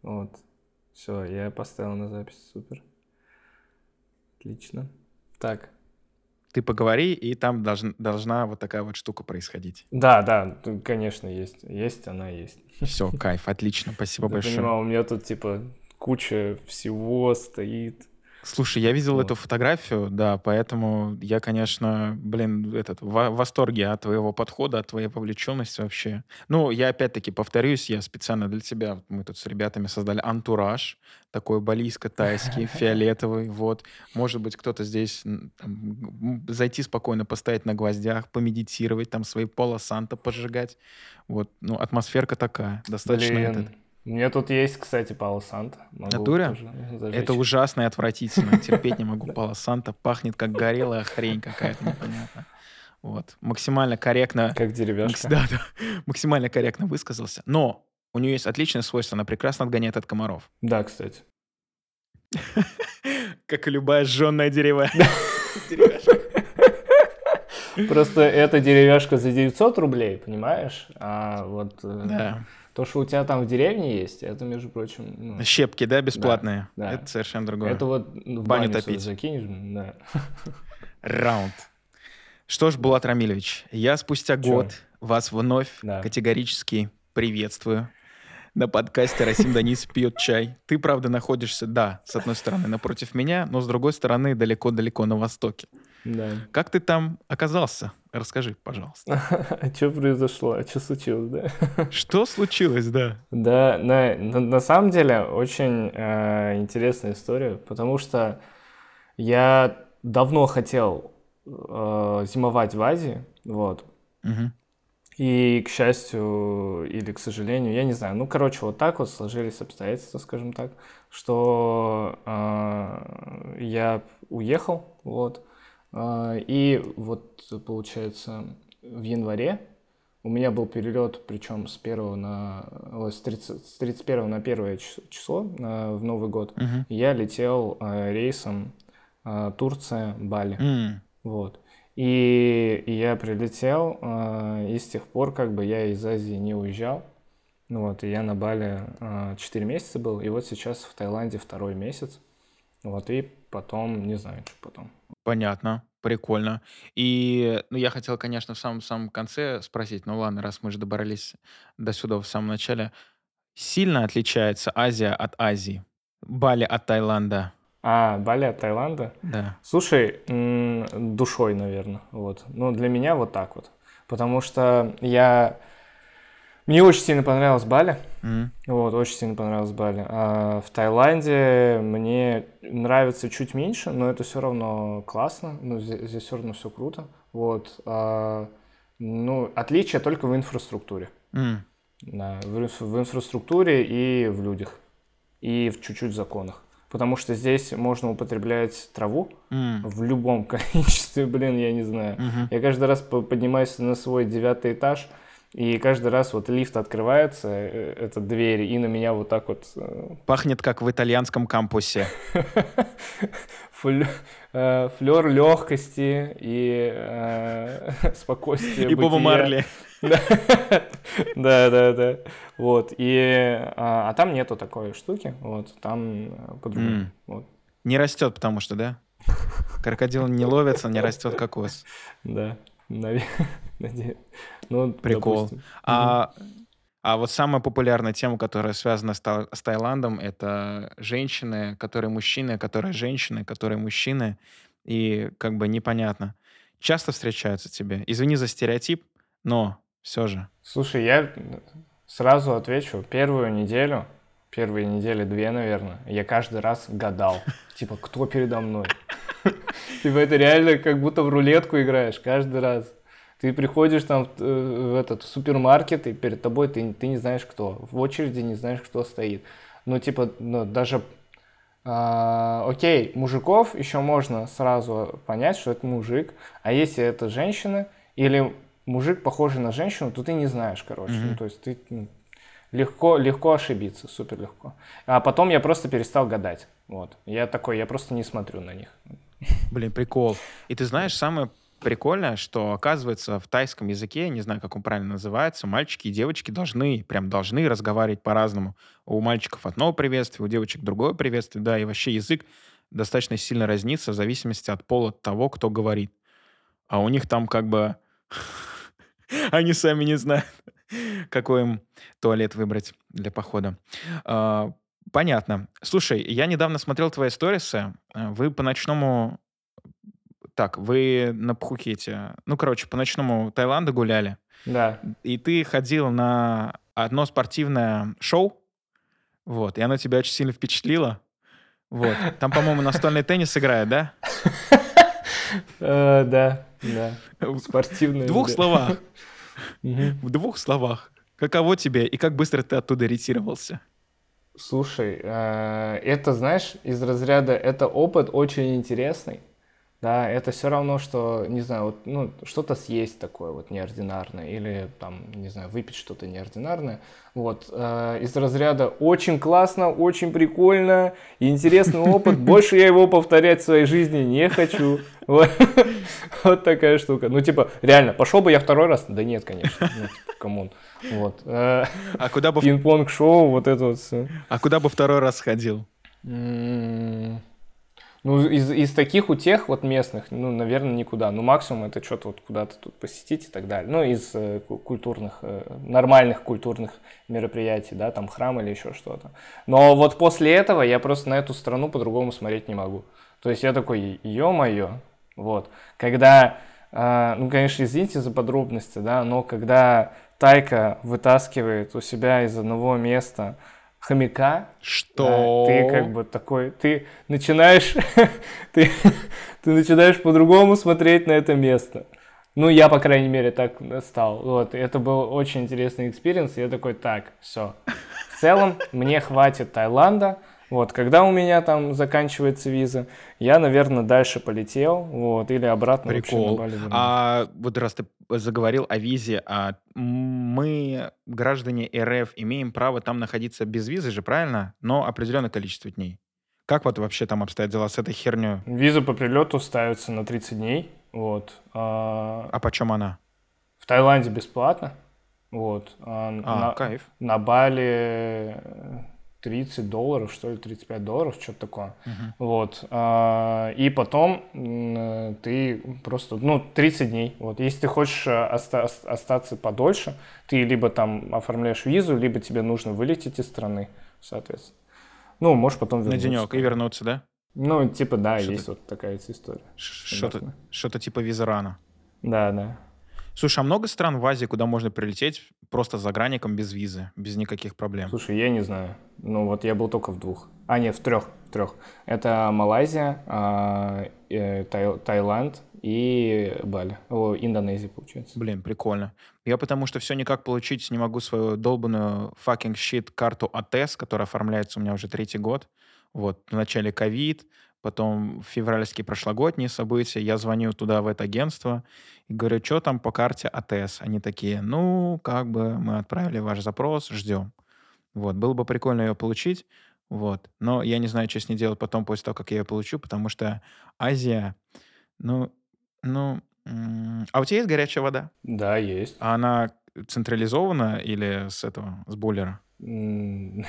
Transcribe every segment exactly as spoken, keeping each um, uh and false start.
Вот. Все, я поставил на запись. Супер. Отлично. Так. Ты поговори, и там должна, должна вот такая вот штука происходить. Да, да, конечно, есть. Есть, она есть. Все, кайф, отлично, спасибо Ты большое. понимал, у меня тут, типа, куча всего стоит. Слушай, я видел Вот. эту фотографию, да, поэтому я, конечно, блин, этот, в в восторге от твоего подхода, от твоей вовлеченности вообще. Ну, я опять-таки повторюсь, я специально для тебя, вот мы тут с ребятами создали антураж, такой балийско-тайский, фиолетовый, вот. Может быть, кто-то здесь м, там, м, зайти спокойно, постоять на гвоздях, помедитировать, там свои Пало Санто пожигать. Вот, ну, атмосферка такая, достаточно этот. Блин, у меня тут есть, кстати, Пало Санто. Могу Натуре? тоже зажечь. Это ужасно и отвратительно. Терпеть не могу Пало Санто. Пахнет как горелая хрень какая-то непонятная. Вот. Максимально корректно... Как макс- деревяшка. Да, да. Максимально корректно высказался. Но у нее есть отличное свойство. Она прекрасно отгоняет от комаров. Да, кстати. Как и любая жженная дерево. Деревяшка. Просто эта деревяшка за девятьсот рублей, понимаешь? А вот э, Да. то, что у тебя там в деревне есть, это, между прочим, ну, Щепки, да, бесплатные? да. Это совершенно другое. это вот в баню баню свою топить. закинешь, да. Раунд. Что ж, Булат Рамилевич, я спустя Чё? год вас вновь Да. категорически приветствую на подкасте «Расим Данис пьет чай». Ты, правда, находишься, да, с одной стороны, напротив меня, но с другой стороны, далеко-далеко на востоке. Да. Как ты там оказался? Расскажи, пожалуйста. А что произошло? А что случилось, да? Что случилось, да? Да, на, на, на самом деле очень э, интересная история, потому что я давно хотел э, зимовать в Азии, вот. Мгм. И, к счастью, или к сожалению, я не знаю, ну, короче, вот так вот сложились обстоятельства, скажем так, что э, я уехал, вот, э, и вот, получается, в январе у меня был перелет, причем с первого на, ой, с тридцать с тридцать первого на первое чис- число э, в Новый год. Мгм. Я летел э, рейсом э, Турция, Бали. М. Вот. И, и я прилетел, э, и с тех пор как бы я из Азии не уезжал. Ну вот, и я на Бали э, четыре месяца был, и вот сейчас в Таиланде второй месяц. Вот, и потом, не знаю, что потом. Понятно, прикольно. И, ну, я хотел, конечно, в самом-самом конце спросить, ну ладно, раз мы же добрались до сюда в самом начале, сильно отличается Азия от Азии? Бали от Таиланда? А, Бали от Таиланда? Да. Слушай, м, душой, наверное, вот. Ну, для меня вот так вот. Потому что я... Мне очень сильно понравилось Бали. М. Вот, очень сильно понравилось Бали. А в Таиланде мне нравится чуть меньше, но это все равно классно. Ну, здесь, здесь все равно все круто. Вот. А, ну, отличие только в инфраструктуре. М. Да, в, инф- в инфраструктуре и в людях. И в чуть-чуть законах. Потому что здесь можно употреблять траву М. в любом количестве, блин, я не знаю. Мгм. Я каждый раз по- поднимаюсь на свой девятый этаж, и каждый раз вот лифт открывается, э, эта дверь, и на меня вот так вот э, Пахнет, как в итальянском кампусе. флё- э, флёр легкости и э, спокойствия И Боба бытия. Марли. Да, да, да, да. Вот. И, а, а там нету такой штуки. Вот. Там э, по-другому. М. Вот. Не растет, потому что, да? Крокодил не ловится, не растет кокос. Да. наве- Надеюсь. Ну, Прикол. допустим. Мгм. А, а вот самая популярная тема, которая связана с, Та- с Таиландом, это женщины, которые мужчины, которые женщины, которые мужчины. И как бы непонятно. Часто встречаются тебе? Извини за стереотип, но все же. Слушай, я сразу отвечу. Первую неделю, первые недели две, наверное, я каждый раз гадал. Типа, кто передо мной? Типа, это реально как будто в рулетку играешь каждый раз. Ты приходишь там в, э, в этот супермаркет, и перед тобой ты, ты не знаешь кто. В очереди не знаешь, кто стоит. Ну, типа, ну, даже... а, окей, мужиков еще можно сразу понять, что это мужик. А если это женщина или мужик, похожий на женщину, то ты не знаешь, короче. Ну, Мгм. то есть ты ну, легко, легко ошибиться, супер легко. А потом я просто перестал гадать. Вот. Я такой, я просто не смотрю на них. Блин, прикол. И ты знаешь, самое прикольно, что, оказывается, в тайском языке, не знаю, как он правильно называется, мальчики и девочки должны, прям должны разговаривать по-разному. У мальчиков одно приветствие, у девочек другое приветствие, да, и вообще язык достаточно сильно разнится в зависимости от пола того, кто говорит. А у них там как бы они сами не знают, какой им туалет выбрать для похода. А, Понятно. Слушай, я недавно смотрел твои сторисы. Э, Вы по ночному... Так, вы на Пхукете, ну, короче, по ночному Таиланду гуляли, Да. и ты ходил на одно спортивное шоу, вот, и оно тебя очень сильно впечатлило. Вот. Там, по-моему, настольный теннис играет, да? Э, Да, да. В Спортивные, двух да. словах. Мгм. В двух словах. Каково тебе и как быстро ты оттуда ретировался? Слушай, э, это, знаешь, из разряда, это опыт очень интересный. Да, это все равно, что, не знаю, вот, ну, что-то съесть такое вот неординарное или там, не знаю, выпить что-то неординарное. Вот, э, из разряда очень классно, очень прикольно, и интересный опыт. Больше я его повторять в своей жизни не хочу. Вот, вот такая штука. Ну, типа, реально, пошел бы я второй раз? Да нет, конечно. Ну, типа, камон. Вот. э, А куда бы, в- Пинг-понг-шоу, вот это вот все. а куда бы второй раз сходил? Ну, из, из таких утех вот местных, ну, наверное, никуда. Ну, максимум это что-то вот куда-то тут посетить и так далее. Ну, из э, ку- культурных, э, нормальных культурных мероприятий, да, там храм или еще что-то. Но вот после этого я просто на эту страну по-другому смотреть не могу. То есть я такой, ё-моё, вот. Когда, э, ну, конечно, извините за подробности, да, но когда тайка вытаскивает у себя из одного места хомяка, да, ты как Что? бы такой, ты начинаешь, ты, ты начинаешь по-другому смотреть на это место. Ну, я, по крайней мере, так стал. Вот, и это был очень интересный экспириенс. И я такой, так, все. В целом, мне хватит Таиланда. Вот, когда у меня там заканчивается виза, я, наверное, дальше полетел, вот, или обратно вообще на Прикол. Бали вернусь. А вот раз ты заговорил о визе, а мы, граждане РФ, имеем право там находиться без визы же, правильно? Но определенное количество дней. Как вот вообще там обстоят дела с этой херней? Виза по прилету ставится на тридцать дней, вот. А А почем она? в Таиланде бесплатно, вот. А А, на, кайф. на Бали тридцать долларов, что ли, тридцать пять долларов, что-то такое. Мгм. Вот. А, И потом м, ты просто, ну, тридцать дней. Вот. Если ты хочешь э, оста- ос- остаться подольше, ты либо там оформляешь визу, либо тебе нужно вылететь из страны, соответственно. Ну, можешь потом На вернуться. денек и вернуться, да? Ну, типа, да, Что-то есть вот такая вот история. что-то Стандартная. что-то типа виза рано. Да, да. Слушай, а много стран в Азии, куда можно прилететь просто за граником без визы, без никаких проблем? Слушай, я не знаю. Ну вот я был только в двух. А, нет, в трех. В трех. Это Малайзия, а, э, Тай- Таиланд и Бали. О, Индонезия, получается. Блин, прикольно. Я потому что все никак получить не могу свою долбанную fucking shit карту АТЭС, которая оформляется у меня уже третий год. Вот, вначале ковид, потом февральские прошлогодние события. Я звоню туда, в это агентство, и говорю, что там по карте АТЭС? Они такие, ну, как бы мы отправили ваш запрос, ждем. Вот, было бы прикольно ее получить, вот. Но я не знаю, что с ней делать потом, после того, как я ее получу, потому что Азия, ну, ну... м, А у тебя есть горячая вода? Да, есть. А она централизована или с этого, с бойлера? М,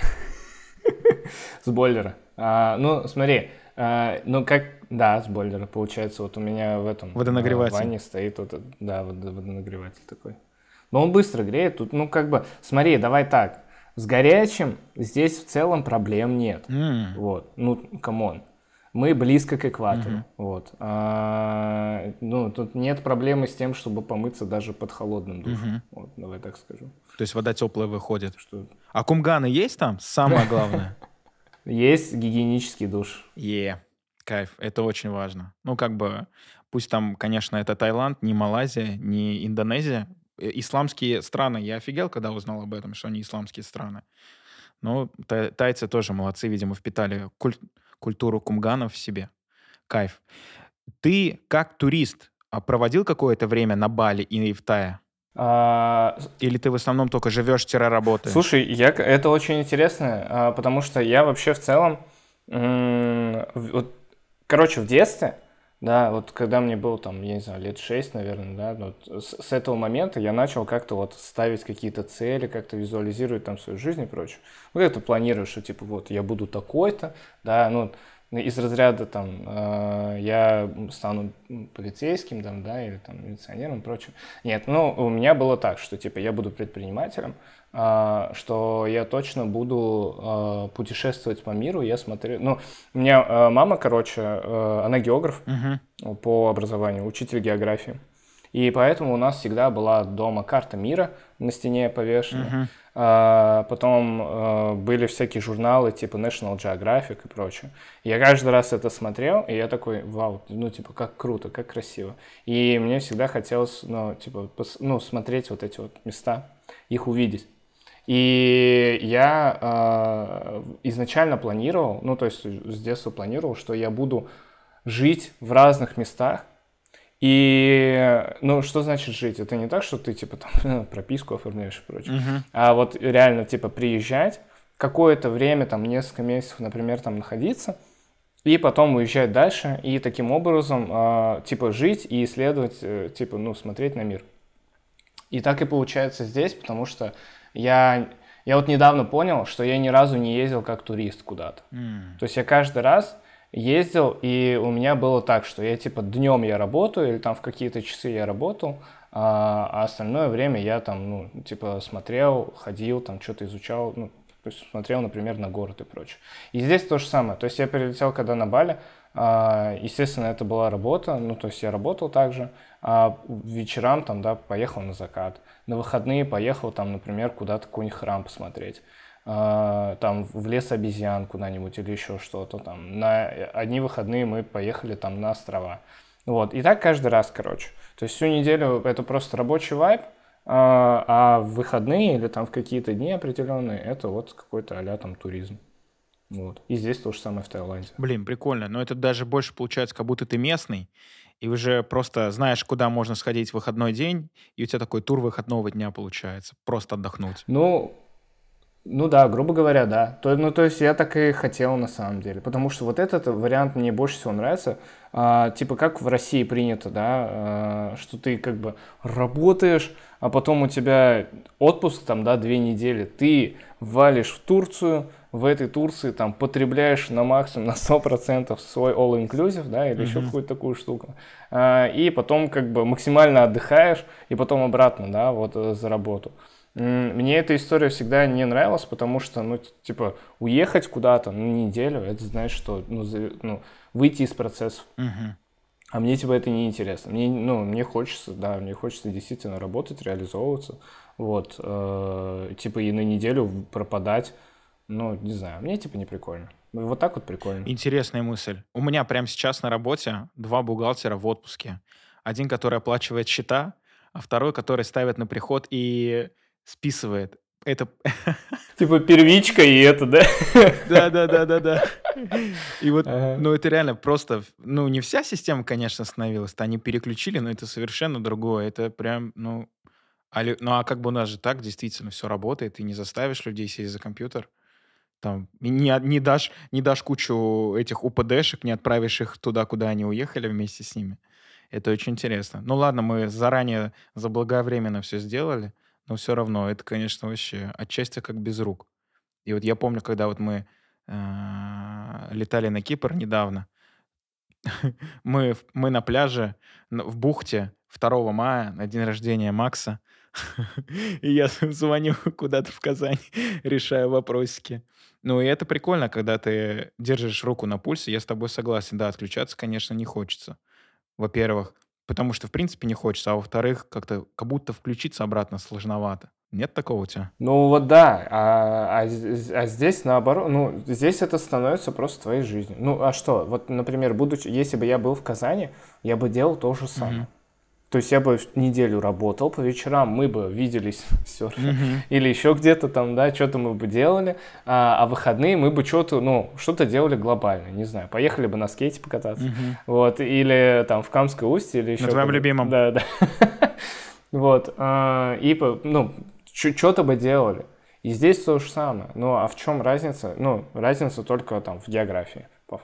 С бойлера. А, ну, смотри, а, ну как, да, с бойлера, получается, вот у меня в этом, а, в Водонагреватель. ванне стоит вот, этот, да, водо- водонагреватель такой. Но он быстро греет, тут, ну как бы, смотри, давай так, с горячим здесь в целом проблем нет, М, вот, ну, камон. Мы близко к экватору, мгм, вот. А, ну, тут нет проблемы с тем, чтобы помыться даже под холодным душем, мгм. вот, давай так скажу. То есть вода теплая выходит. Что А кумганы есть там? Самое главное. есть гигиенический душ. Е, кайф, это очень важно. Ну, как бы, пусть там, конечно, это Таиланд, не Малайзия, не Индонезия. Э, Исламские страны. Я офигел, когда узнал об этом, что они исламские страны. Но тай- тайцы тоже молодцы, видимо, впитали куль- культуру кумганов в себе. Кайф. Ты, как турист, а, проводил какое-то время на Бали и в Тае? А, Или ты в основном только живешь-работаешь? Слушай, я, к- это очень интересно, а, потому что я вообще в целом, м, в- вот, короче, в детстве, Да, вот когда мне было там, я не знаю, лет шесть, наверное, да, вот с, с этого момента я начал как-то вот ставить какие-то цели, как-то визуализировать там свою жизнь и прочее. Вот это планирую, что типа вот я буду такой-то, да, ну, из разряда там э, я стану полицейским там, да, или там милиционером и прочее. Нет, ну, у меня было так, что типа я буду предпринимателем, э, что я точно буду э, путешествовать по миру, я смотрю, ну, у меня э, мама, короче, э, она географ Угу. по образованию, учитель географии. И поэтому у нас всегда была дома карта мира на стене повешена. Угу. А, потом а, были всякие журналы типа National Geographic и прочее. Я каждый раз это смотрел, и я такой, вау, ну типа как круто, как красиво. И мне всегда хотелось, ну типа, пос, ну смотреть вот эти вот места, их увидеть. И я э, изначально планировал, ну то есть с детства планировал, что я буду жить в разных местах. И, ну, что значит жить? Это не так, что ты, типа, там, прописку оформляешь и прочее. Угу. А вот реально, типа, приезжать, какое-то время, там, несколько месяцев, например, там находиться, и потом уезжать дальше, и таким образом, э, типа, жить и исследовать, э, типа, ну, смотреть на мир. И так и получается здесь, потому что я, я вот недавно понял, что я ни разу не ездил как турист куда-то. М. То есть я каждый раз ездил, и у меня было так, что я типа днем я работаю, или там в какие-то часы я работал, а, а остальное время я там, ну, типа смотрел, ходил, там что-то изучал, ну, то есть смотрел, например, на город и прочее. И здесь то же самое. То есть я прилетел когда на Бали, а, естественно, это была работа, ну, то есть я работал также, а вечерам там, да, поехал на закат. На выходные поехал там, например, куда-то какой-нибудь храм посмотреть. Uh, там в лес обезьян куда-нибудь или еще что-то там. На одни выходные мы поехали там на острова. Вот. И так каждый раз, короче. То есть всю неделю это просто рабочий вайб, а, а в выходные или там в какие-то дни определенные это вот какой-то а-ля там туризм. Вот. И здесь то же самое в Таиланде. Блин, прикольно. Но это даже больше получается, как будто ты местный, и уже просто знаешь, куда можно сходить в выходной день, и у тебя такой тур выходного дня получается. Просто отдохнуть. Ну, Ну да, грубо говоря, да. То, ну, то есть я так и хотел на самом деле. Потому что вот этот вариант мне больше всего нравится. А, типа как в России принято, да, а, что ты как бы работаешь, а потом у тебя отпуск там, да, две недели. Ты валишь в Турцию, в этой Турции там потребляешь на максимум, на сто процентов свой all-inclusive, да, или еще Мгм. какую-то такую штуку. А, и потом как бы максимально отдыхаешь, и потом обратно, да, вот э, за работу. М, Мне эта история всегда не нравилась, потому что, ну, т- типа, уехать куда-то на неделю, это значит, что, ну, за- ну, выйти из процесса. Мгм. А мне, типа, это не интересно. Мне, ну, мне хочется, да, мне хочется действительно работать, реализовываться, вот, э, типа, и на неделю в- пропадать, ну, не знаю, мне, типа, не прикольно. Ну, Вот так вот прикольно. Интересная мысль. У меня прямо сейчас на работе два бухгалтера в отпуске. Один, который оплачивает счета, а второй, который ставит на приход и списывает. Это Типа, первичка и это, да? да-да-да-да-да. И вот, Ага. ну, это реально просто, ну, не вся система, конечно, остановилась, они переключили, но это совершенно другое. Это прям, ну, а лю ну, а как бы у нас же так действительно все работает, ты не заставишь людей сесть за компьютер. Там и не от не дашь не дашь кучу этих УПДшек, не отправишь их туда, куда они уехали вместе с ними. Это очень интересно. Ну ладно, мы заранее заблаговременно все сделали, но все равно это, конечно, вообще отчасти как без рук. И вот я помню, когда вот мы, а, летали на Кипр недавно, мы в мы на пляже н в бухте второго мая на день рождения Макса. И я звоню куда-то в Казань, решаю вопросики. Ну, и это прикольно, когда ты держишь руку на пульсе. Я с тобой согласен. Да, отключаться, конечно, не хочется. Во-первых, потому что, в принципе, не хочется. А во-вторых, как-то как будто включиться обратно сложновато. Нет такого у тебя? Ну вот да, а, а з- а здесь наоборот, ну здесь это становится просто твоей жизнью. Ну а что, вот, например, будучи, если бы я был в Казани, я бы делал то же Мгм. самое. То есть я бы неделю работал, по вечерам мы бы виделись в серфе Мгм. или еще где-то там, да, что-то мы бы делали, а, а выходные мы бы что-то, ну, что-то делали глобально, не знаю, поехали бы на скейте покататься, Мгм. вот, или там в Камское устье, или На еще твоем куда-то. любимом. Да, да. Вот, а, и, по- ну, что-то бы делали. И здесь то же самое. Ну, а в чем разница? Ну, разница только там в географии, по факту.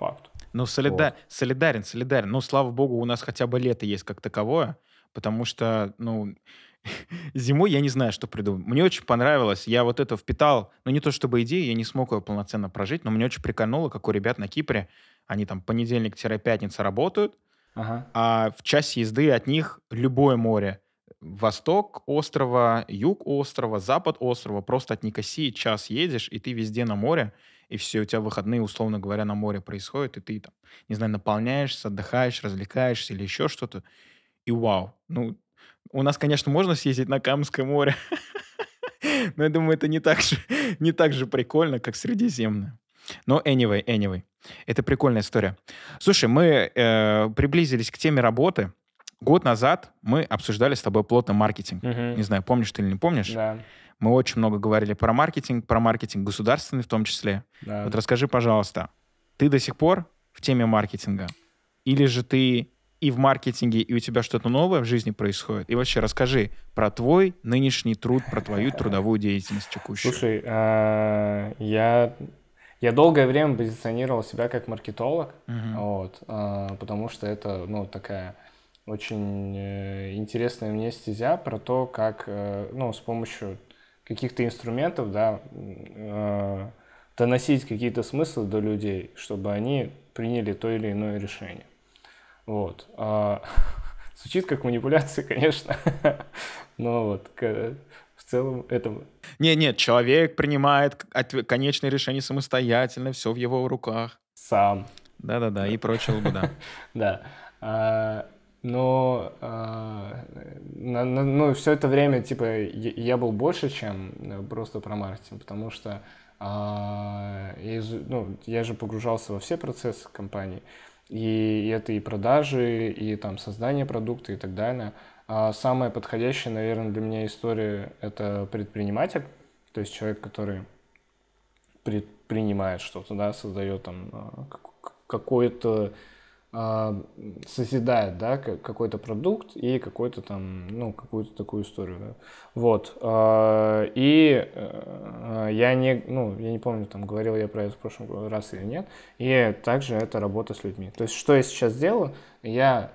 Ну, солида... Вот. солидарен, солидарен. Ну, слава богу, у нас хотя бы лето есть как таковое, потому что, ну, зимой я не знаю, что придумать. Мне очень понравилось, я вот это впитал, ну, не то чтобы идею, я не смог ее полноценно прожить, но мне очень прикольнуло, как у ребят на Кипре, они там понедельник-пятница работают, Ага. а в часе езды от них любое море. Восток острова, юг острова, запад острова. Просто от Никосии час едешь, и ты везде на море, и все, у тебя выходные, условно говоря, на море происходят, и ты там, не знаю, наполняешься, отдыхаешь, развлекаешься или еще что-то. И вау. Ну, у нас, конечно, можно съездить на Камское море, но я думаю, это не так же, не так же прикольно, как Средиземное. Но anyway, anyway. Это прикольная история. Слушай, мы э, приблизились к теме работы. Год назад мы обсуждали с тобой плотно маркетинг. Мгм. Не знаю, помнишь ты или не помнишь. Да, Мы очень много говорили про маркетинг, про маркетинг государственный в том числе. да. Вот расскажи, пожалуйста, ты до сих пор в теме маркетинга? Или же ты и в маркетинге, и у тебя что-то новое в жизни происходит? И вообще расскажи про твой нынешний труд, про твою трудовую деятельность текущую. Слушай, а, я, я долгое время позиционировал себя как маркетолог, Мгм. вот, а, потому что это, ну, такая очень э, интересная мне стезя про то, как, э, ну, с помощью каких-то инструментов, да, м, э, доносить какие-то смыслы до людей, чтобы они приняли то или иное решение. Вот. А, Звучит как манипуляция, конечно, но вот к- в целом это Нет, нет, человек принимает к- отве- конечное решение самостоятельно, все в его руках. сам. Да-да-да, Да. и прочая лабуда. Да. А, но а, на- на- ну, все это время, типа, я, я был больше, чем э, просто про маркетинг, потому что а, я, из- ну, я же погружался во все процессы компании. И это и продажи, и там создание продукта и так далее. А самая подходящая, наверное, для меня история — это предприниматель, то есть человек, который предпринимает что-то, да, создает там а, как- какое-то а, созидает, да, ка- какой-то продукт и какой-то там, ну, какую-то такую историю, да. Вот. а, И э, я не, ну, я не помню, там, говорил я про это в прошлый раз или нет. И также это работа с людьми. То есть, что я сейчас делаю? Я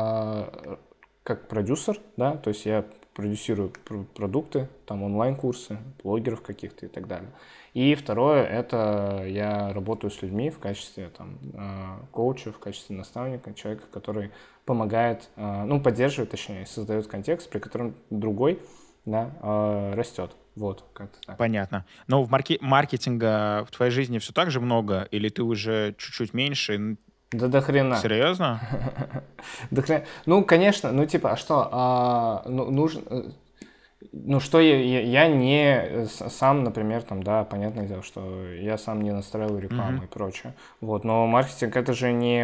а, как продюсер, да, то есть я продюсирую пр- продукты, там онлайн-курсы, блогеров каких-то и так далее. И второе, это я работаю с людьми в качестве там, э, коуча, в качестве наставника, человека, который помогает, э, ну, поддерживает, точнее, создает контекст, при котором другой, да, э, растет. Вот, как-то так. Понятно. Но в марке- маркетинга в твоей жизни все так же много? Или ты уже чуть-чуть меньше? Н- Да до хрена. Серьезно? До хрена. Ну, конечно, ну, типа, а что? А, ну, нужно... э, Ну, что я, я, я не э, с- сам, например, там, да, понятное дело, что я сам не настраиваю рекламу Мгм. и прочее. Вот, но маркетинг это же не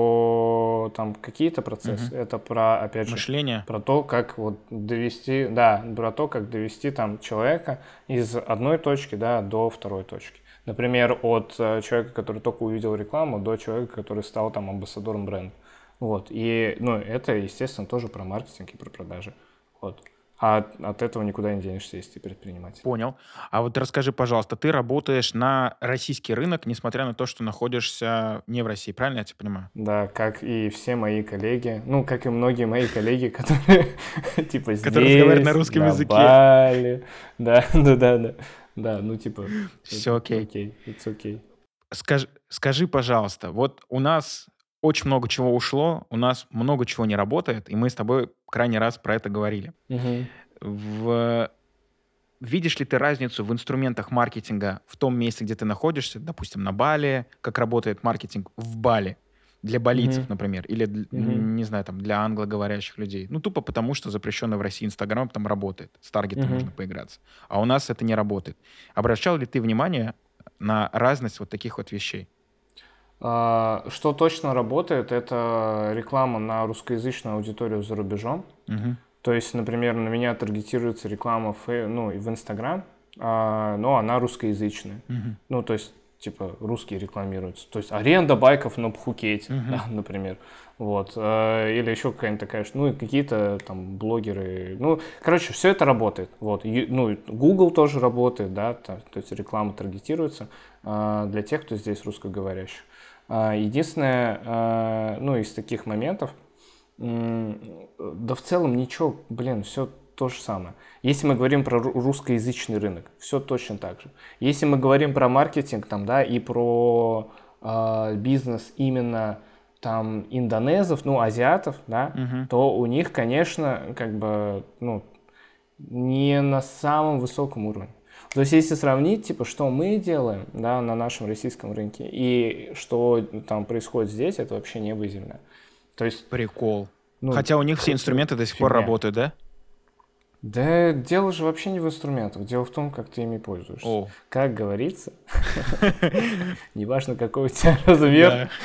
про там какие-то процессы, Мгм. это про, опять же, Мышление? про то, как вот довести, да, про то, как довести там человека из одной точки, да, до второй точки. Например, от э, человека, который только увидел рекламу, до человека, который стал там амбассадором бренда. Вот, и, ну, это, естественно, тоже про маркетинг и про продажи. Вот. А от, от этого никуда не денешься, если ты предприниматель. Понял. А вот расскажи, пожалуйста, ты работаешь на российский рынок, несмотря на то, что находишься не в России, правильно я тебя понимаю? Да, как и все мои коллеги, ну, как и многие мои коллеги, которые типа Который разговаривает на здесь, русском на языке. Бали, да, да, да, да, да, ну, типа, Все это окей. окей, it's окей. Скажи, скажи, пожалуйста, вот у нас очень много чего ушло, у нас много чего не работает, и мы с тобой крайний раз про это говорили. Мгм. В... Видишь ли ты разницу в инструментах маркетинга в том месте, где ты находишься, допустим, на Бали, как работает маркетинг в Бали для балийцев, Мгм. например, или, дл- Мгм. не знаю, там, для англоговорящих людей? Ну, тупо потому, что запрещенный в России Инстаграм там работает, с таргетом Мгм. можно поиграться. А у нас это не работает. Обращал ли ты внимание на разность вот таких вот вещей? А, Что точно работает, это реклама на русскоязычную аудиторию за рубежом. Мгм. То есть, например, на меня таргетируется реклама в, Фей- ну, и в Инстаграм, а, но она русскоязычная. Мгм. Ну, то есть типа русские рекламируются. То есть аренда байков на Пхукете, да, Мгм. например. Вот. э, Или еще какая-нибудь такая, ш- ну и какие-то там блогеры. Ну, короче, все это работает. Вот. Ю- Ну, и Google тоже работает, да, та- то есть реклама таргетируется а, для тех, кто здесь русскоговорящий. А, Единственное, а, ну, из таких моментов, м, да в целом ничего, блин, все то же самое. Если мы говорим про ру- русскоязычный рынок, все точно так же. Если мы говорим про маркетинг там, да, и про а, бизнес именно там индонезов, ну, азиатов, да, Мгм. то у них, конечно, как бы, ну, не на самом высоком уровне. То есть, если сравнить, типа, что мы делаем, да, на нашем российском рынке и что там происходит здесь, это вообще небо и земля. То есть, Прикол. ну, Хотя у них все это инструменты до сих пор фигня. работают, да? Да дело же вообще не в инструментах, дело в том, как ты ими пользуешься. О. Как говорится, неважно, какой у тебя размер, Да.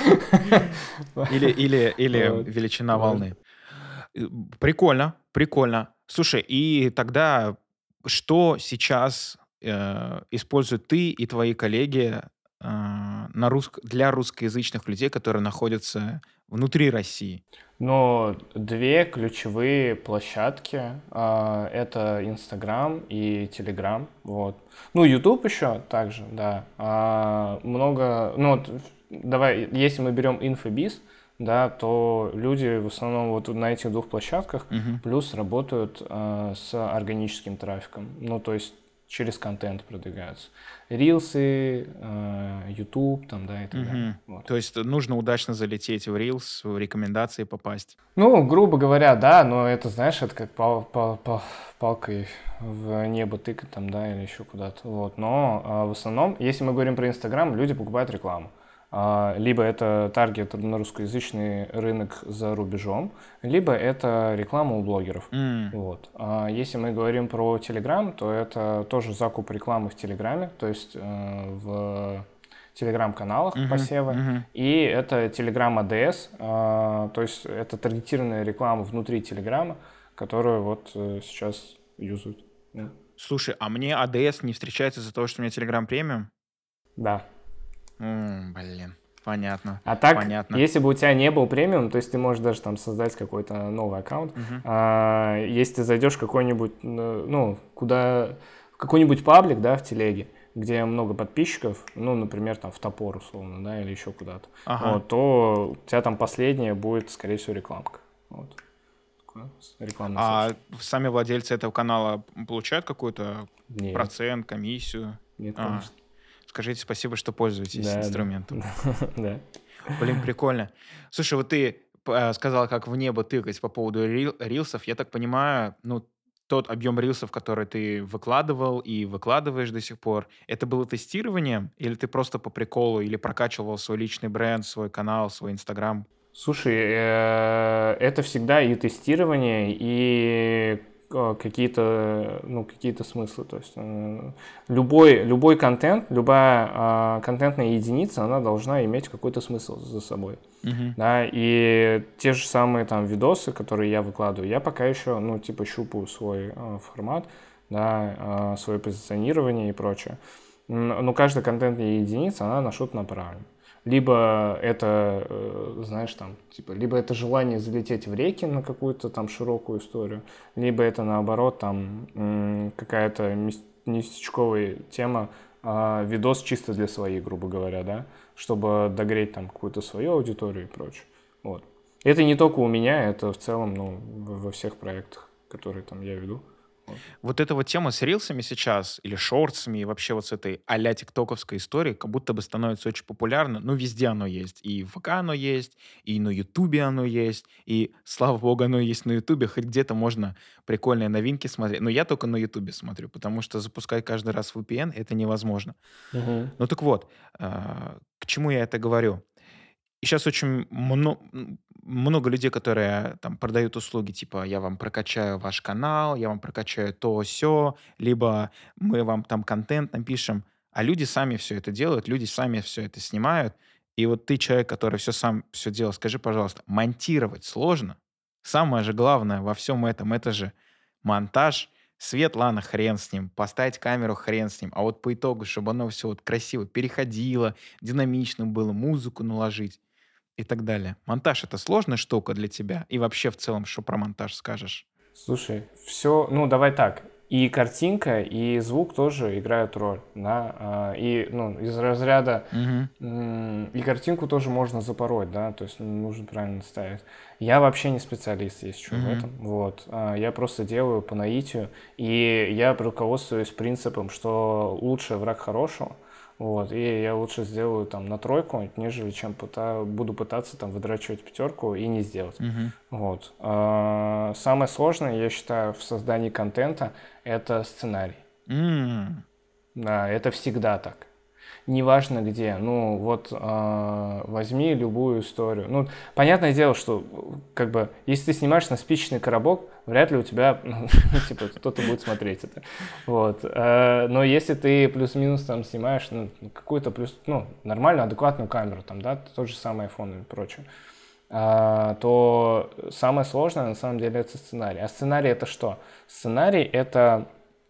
Или, или, или вот, величина важно. волны. Э, Прикольно, прикольно. Слушай, и тогда что сейчас э, используют ты и твои коллеги э, на русск- для русскоязычных людей, которые находятся внутри России? Но две ключевые площадки а, это Инстаграм и Телеграм. Вот. Ну, Ютуб еще также, да. А, много. Ну, вот, давай, если мы берем инфобиз, да, то люди в основном вот на этих двух площадках Мгм. плюс работают а, с органическим трафиком. Ну, то есть через контент продвигаются. Рилсы, а, Ютуб, там, да, и так далее. Мгм. Вот. То есть нужно удачно залететь в Reels, в рекомендации попасть. Ну, грубо говоря, да, но это, знаешь, это как пал- пал- пал- палкой в небо тыкать там, да, или еще куда-то. Вот. Но а, в основном, если мы говорим про Инстаграм, люди покупают рекламу. А, либо это таргет на русскоязычный рынок за рубежом, либо это реклама у блогеров. М, Вот. А если мы говорим про Телеграм, то это тоже закуп рекламы в Телеграме, то есть э, в телеграм-каналах мгм, посевы. мгм. И это Telegram эй ди эс, а, то есть это таргетированная реклама внутри Телеграма, которую вот э, сейчас юзают. Ну, Слушай, а мне А Д С не встречается из-за того, что у меня Telegram премиум? да. М, Блин, понятно, А так, понятно. если бы у тебя не был премиум, то есть ты можешь даже там создать какой-то новый аккаунт. Мгм. А, если ты зайдешь в какой-нибудь, э, ну, куда, в какой-нибудь паблик, да, в телеге, где много подписчиков, ну, например, там в топор, условно, да, или еще куда-то, Ага. вот, то у тебя там последняя будет, скорее всего, рекламка. Вот, такое рекламное А сообщение. сами владельцы этого канала м, получают какой-то Нет, процент, комиссию? нет, А, конечно. скажите спасибо, что пользуетесь Да, да, инструментом. да. Блин, прикольно. Слушай, вот ты п- э, сказал, как в небо тыкать по поводу рил- рилсов. Я так понимаю, ну, тот объем рилсов, который ты выкладывал и выкладываешь до сих пор, это было тестированием? Или ты просто по приколу или прокачивал свой личный бренд, свой канал, свой Инстаграм? Слушай, э, это всегда и тестирование, и э, какие-то, ну, какие-то смыслы. То есть э, любой, любой контент, любая а, контентная единица, она должна иметь какой-то смысл за собой. Мгм. Да, и те же самые там видосы, которые я выкладываю, я пока еще, ну, типа, щупаю свой э, формат, да, э, свое позиционирование и прочее. М, Но каждая контентная единица, она на что-то направлена. Либо это, э, знаешь, там, типа, либо это желание залететь в реки на какую-то там широкую историю, либо это наоборот там м, какая-то мис- местечковая тема, а, видос чисто для своих, грубо говоря, да, чтобы догреть там какую-то свою аудиторию и прочее. Вот. Это не только у меня, это в целом, ну, в- во всех проектах, которые там я веду. Вот. Вот эта вот тема с рилсами сейчас, или шортсами, и вообще вот с этой а-ля тиктоковской историей, как будто бы становится очень популярно. Ну, везде оно есть. И в ВК оно есть, и на Ютубе оно есть, и, слава богу, оно есть на Ютубе. Хоть где-то можно прикольные новинки смотреть. Но я только на Ютубе смотрю, потому что запускать каждый раз V P N — это невозможно. Мгм. Ну так вот, а, к чему я это говорю? И сейчас очень мно- м, много людей, которые там продают услуги, типа я вам прокачаю ваш канал, я вам прокачаю то все, либо мы вам там контент напишем, а люди сами все это делают, люди сами все это снимают. И вот ты человек, который все сам все делал, скажи, пожалуйста, монтировать сложно? Самое же главное во всем этом — это же монтаж, Свет, ладно, хрен с ним. Поставить камеру, хрен с ним. А вот по итогу, чтобы оно все вот красиво переходило, динамично было, музыку наложить и так далее. Монтаж — это сложная штука для тебя? И вообще в целом, что про монтаж скажешь? Слушай, все, ну давай так. И картинка, и звук тоже играют роль, да, а, и, ну, из разряда, Мгм. м, и картинку тоже можно запороть, да, то есть нужно правильно ставить. Я вообще не специалист, есть что в Мгм. этом, вот, а, я просто делаю по наитию, и я руководствуюсь принципом, что лучший враг хорошего, вот, и я лучше сделаю там на тройку, нежели чем пыта- буду пытаться там выдрачивать пятерку и не сделать. Мгм. Вот. А, Самое сложное, я считаю, в создании контента — это сценарий. М. Да, это всегда так. Неважно где. Ну, вот а, возьми любую историю. Ну, понятное дело, что как бы, если ты снимаешь на спичечный коробок, вряд ли у тебя, ну, типа, кто-то будет смотреть это. Вот. А, но если ты плюс-минус там снимаешь, ну, какую-то плюс, ну, нормальную, адекватную камеру, там, да, тот же самый iPhone и прочее, а, то самое сложное на самом деле это сценарий. А сценарий это что? Сценарий это,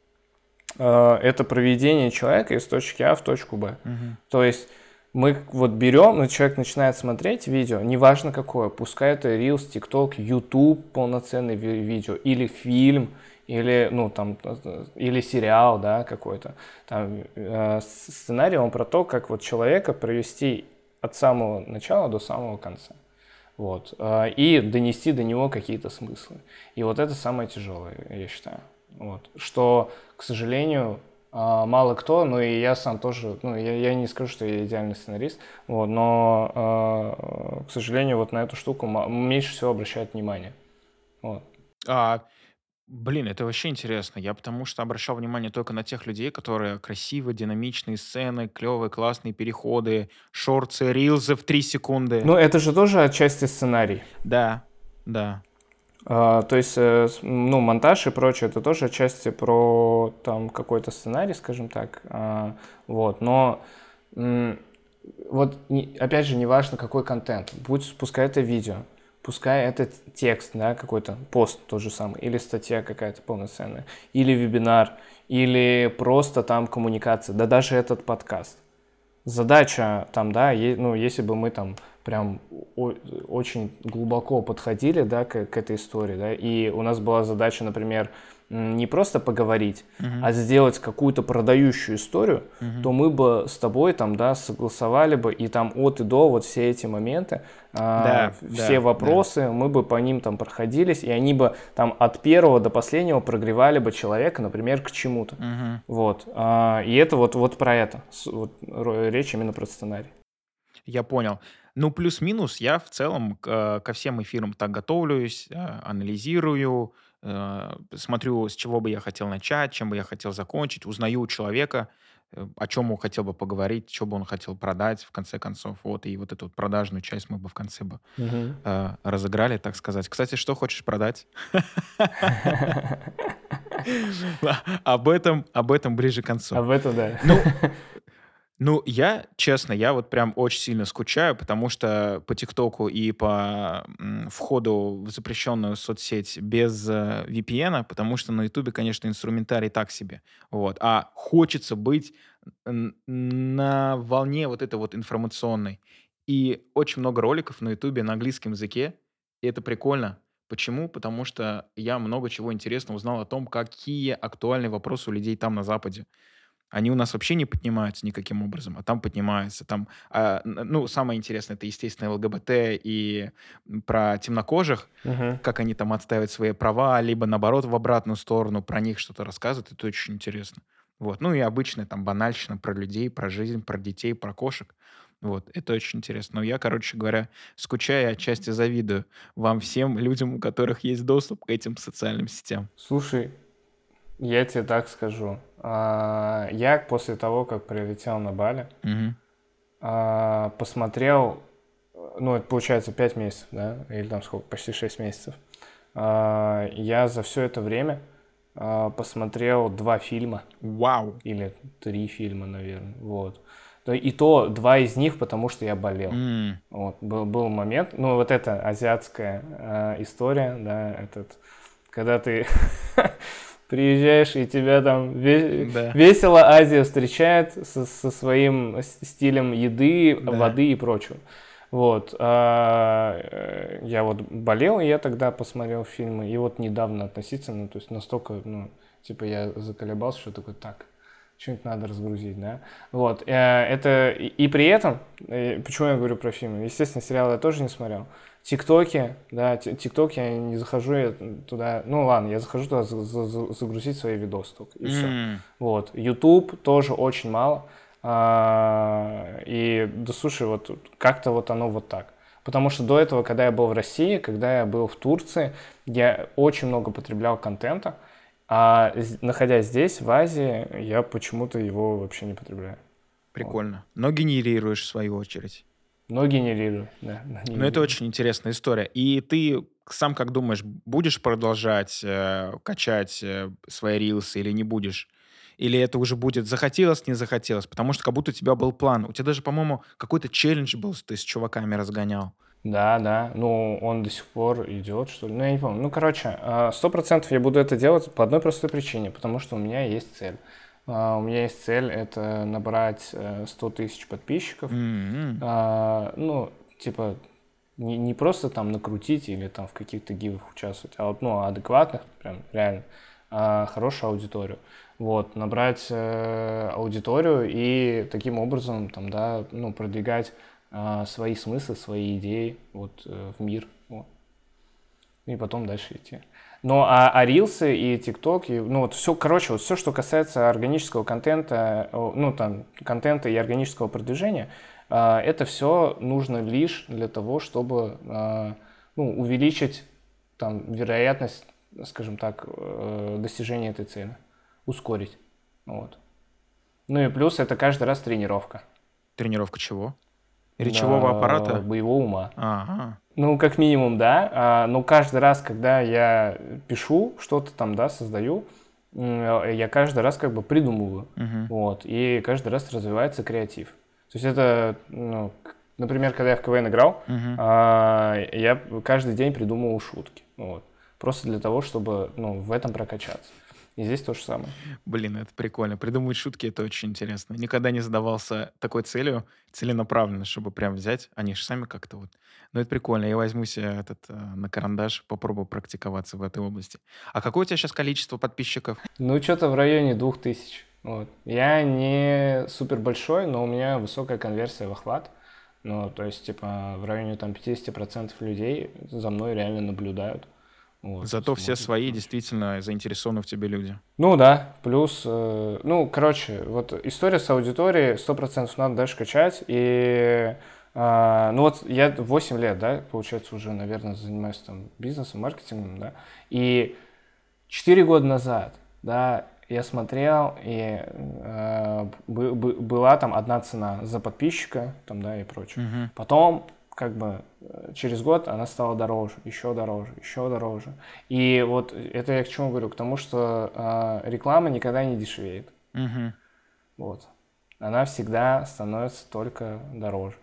а, это проведение человека из точки А в точку Б. Мгм. То есть мы вот берем, ну, человек начинает смотреть видео, неважно какое, пускай это Reels, TikTok, YouTube, полноценный ви- видео, или фильм, или, ну, там, э, или сериал, да, какой-то. Там, э, с- сценарий, он про то, как вот человека провести от самого начала до самого конца. Вот. а, И донести до него какие-то смыслы. И вот это самое тяжелое, я считаю. Вот. Что, к сожалению, а, мало кто, ну и я сам тоже, ну я, я не скажу, что я идеальный сценарист, вот, но, а, к сожалению, вот на эту штуку ма- меньше всего обращают внимание. Вот. А, блин, это вообще интересно. Я потому что обращал внимание только на тех людей, которые красивые, динамичные сцены, клевые, классные переходы, шорты, рилзы в три секунды. Ну, это же тоже отчасти сценарий. Да, да. А, то есть, э, с- ну, монтаж и прочее, это тоже отчасти про там какой-то сценарий, скажем так. А, вот, но м, вот не- опять же, неважно какой контент, будь пускай это видео, пускай это т- текст, да, какой-то пост тот же самый, или статья какая-то полноценная, или вебинар, или просто там коммуникация, да даже этот подкаст. Задача там, да, е- ну, если бы мы там прям о- очень глубоко подходили, да, к, к этой истории, да, и у нас была задача, например, м, не просто поговорить, Мгм. а сделать какую-то продающую историю, Мгм. то мы бы с тобой там, да, согласовали бы и там от и до вот все эти моменты, а, Да, все да, да. вопросы, мы бы по ним там проходились, и они бы там от первого до последнего прогревали бы человека, например, к чему-то. Мгм. Вот. а, И это вот, вот про это. С- вот ро- речь именно про сценарий. Я понял. Ну, плюс-минус, я в целом к, э, ко всем эфирам так готовлюсь, э, анализирую, э, смотрю, с чего бы я хотел начать, чем бы я хотел закончить, узнаю у человека, э, о чем он хотел бы поговорить, что бы он хотел продать, в конце концов. Вот, и вот эту вот продажную часть мы бы в конце бы Мгм. э, разыграли, так сказать. Кстати, что хочешь продать? Об этом, об этом ближе к концу. Об этом, да. Ну, Ну, я, честно, я вот прям очень сильно скучаю, потому что по ТикТоку и по м, входу в запрещенную соцсеть без э, ви пи эн, потому что на Ютубе, конечно, инструментарий так себе. Вот. А хочется быть н- на волне вот этой вот информационной. И очень много роликов на Ютубе на английском языке, и это прикольно. Почему? Потому что я много чего интересного узнал о том, какие актуальные вопросы у людей там на Западе. Они у нас вообще не поднимаются никаким образом, а там поднимаются. Там, а, н- ну, самое интересное, это, естественно, эл гэ бэ тэ и м, про темнокожих, Мгм. как они там отстаивают свои права, либо, наоборот, в обратную сторону про них что-то рассказывают, это очень интересно. Вот. Ну и обычная там банальщина про людей, про жизнь, про детей, про кошек. Вот, это очень интересно. Но я, короче говоря, скучаю и отчасти завидую вам всем, людям, у которых есть доступ к этим социальным сетям. Слушай, я тебе так скажу. А, Я после того, как прилетел на Бали, Мгм. а, посмотрел, э, ну, это получается пять месяцев, да, или там сколько, почти шесть месяцев. А, Я за все это время а, посмотрел два фильма, Вау! или три фильма, наверное, вот. То- И то два из них, потому что я болел. М. Вот, был, был момент, ну, вот эта азиатская а, история, да, этот, когда ты Приезжаешь, и тебя там ве- Да, весело Азия встречает со, со своим с- стилем еды, да. воды и прочего. Вот. а, э, Я вот болел, и я тогда посмотрел фильмы, и вот недавно относительно, то есть настолько, ну, типа я заколебался, что такой, так, что-нибудь надо разгрузить, да. Вот. э, Это и, и при этом, э, почему я говорю про фильмы? Естественно, сериалы я тоже не смотрел. ТикТоки, да, ти- ТикТок я не захожу я туда, ну ладно, я захожу туда за- за- за- загрузить свои видосы только, и все. М, Вот. YouTube тоже очень мало. А, И, да слушай, вот как-то вот оно вот так. Потому что до этого, когда я был в России, когда я был в Турции, я очень много потреблял контента, а з- находясь здесь, в Азии, я почему-то его вообще не потребляю. Вот. Прикольно. Но генерируешь в свою очередь. Но генерирую, да, но Ну, это генерирую. очень интересная история. И ты сам как думаешь, будешь продолжать э, качать э, свои рилсы или не будешь? Или это уже будет захотелось, не захотелось? Потому что как будто у тебя был план. У тебя даже, по-моему, какой-то челлендж был, ты с чуваками разгонял. Да, да, ну он до сих пор идет, что ли, ну я не помню. Ну, короче, а, сто процентов я буду это делать по одной простой причине, потому что у меня есть цель. А, У меня есть цель — это набрать э, сто тысяч подписчиков. М. А, Ну, типа, не, не просто там накрутить или там в каких-то гивах участвовать, а вот, ну, адекватных, прям реально, а, хорошую аудиторию. Вот, набрать э, аудиторию и таким образом там, да, ну, продвигать а, свои смыслы, свои идеи вот э, в мир. Вот. И потом дальше идти. Ну, а, а рилсы и ТикТок, и, ну, вот все, короче, вот все, что касается органического контента, о, ну, там, контента и органического продвижения, а, это все нужно лишь для того, чтобы, а, ну, увеличить, там, вероятность, скажем так, э, достижения этой цели, ускорить. Вот. Ну и плюс это каждый раз тренировка. Тренировка чего? Речевого Да, аппарата? боевого ума. Ага. Ну, как минимум, да. А, но каждый раз, когда я пишу, что-то там, да, создаю, м, я каждый раз как бы придумываю. Мгм. Вот. И каждый раз развивается креатив. То есть это, ну, к- например, когда я в КВН играл, Мгм. а, я каждый день придумывал шутки. Вот. Просто для того, чтобы, ну, в этом прокачаться. И здесь то же самое. Блин, это прикольно. Придумывать шутки — это очень интересно. Никогда не задавался такой целью, целенаправленно, чтобы прям взять. Они же сами как-то вот. Но это прикольно. Я возьму себе этот э, на карандаш, попробую практиковаться в этой области. А какое у тебя сейчас количество подписчиков? Ну, что-то в районе двух тысяч. Вот. Я не супер большой, но у меня высокая конверсия в охват. Ну, то есть, типа, в районе там пятьдесят процентов людей за мной реально наблюдают. Вот, Зато все смотрят, свои короче. действительно заинтересованы в тебе люди. Ну да, плюс, э, ну, короче, вот история с аудиторией сто процентов надо дальше качать. И, а, ну вот я восемь лет, да, получается, уже, наверное, занимаюсь там бизнесом, маркетингом, да. И четыре года назад, да, я смотрел, и э, бы- бы- была там одна цена за подписчика, там, да, и прочее. Мгм. Потом, как бы, э, через год она стала дороже, еще дороже, еще дороже. И вот это я к чему говорю? К тому, что э, реклама никогда не дешевеет. Мгм. Вот. Она всегда становится только дороже.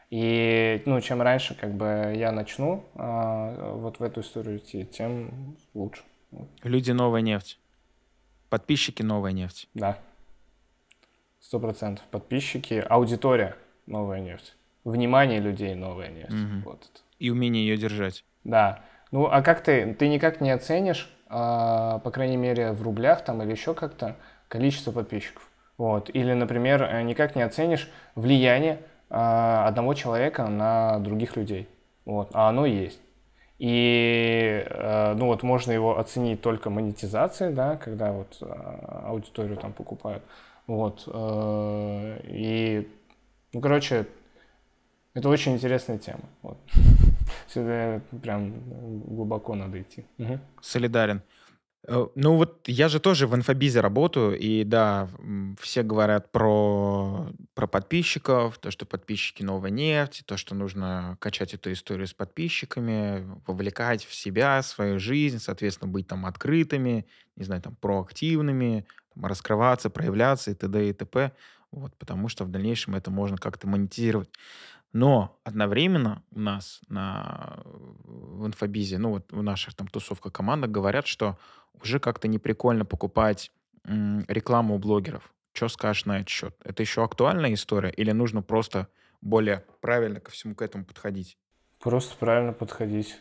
И, ну, чем раньше, как бы, я начну э, вот в эту историю идти, тем лучше. Вот. Люди — новая нефть. Подписчики — новая нефть. Да. Сто процентов. Подписчики, аудитория — новая нефть. Внимание людей — новая нефть. Мгм. Вот это. И умение ее держать. Да. Ну, а как ты? Ты никак не оценишь, а, по крайней мере, в рублях там или еще как-то, количество подписчиков. Вот. Или, например, э, никак не оценишь влияние а, одного человека на других людей. Вот. А оно есть. И, э, ну вот, можно его оценить только монетизацией, да, когда вот а, аудиторию там покупают. Вот. э, И, ну, короче, это очень интересная тема. Вот. Сюда прям глубоко надо идти. Мгм. Солидарен. Э, Ну вот я же тоже в инфобизе работаю, и да, м, все говорят про, про подписчиков, то, что подписчики — новая нефть, то, что нужно качать эту историю с подписчиками, вовлекать в себя, свою жизнь, соответственно, быть там открытыми, не знаю, там проактивными, там, раскрываться, проявляться и т.д. и т.п. Вот, потому что в дальнейшем это можно как-то монетизировать. Но одновременно у нас на, в инфобизе, ну вот в наших там тусовках, командах говорят, что уже как-то неприкольно покупать м, рекламу у блогеров. Что скажешь на этот счет? Это еще актуальная история или нужно просто более правильно ко всему к этому подходить? Просто правильно подходить.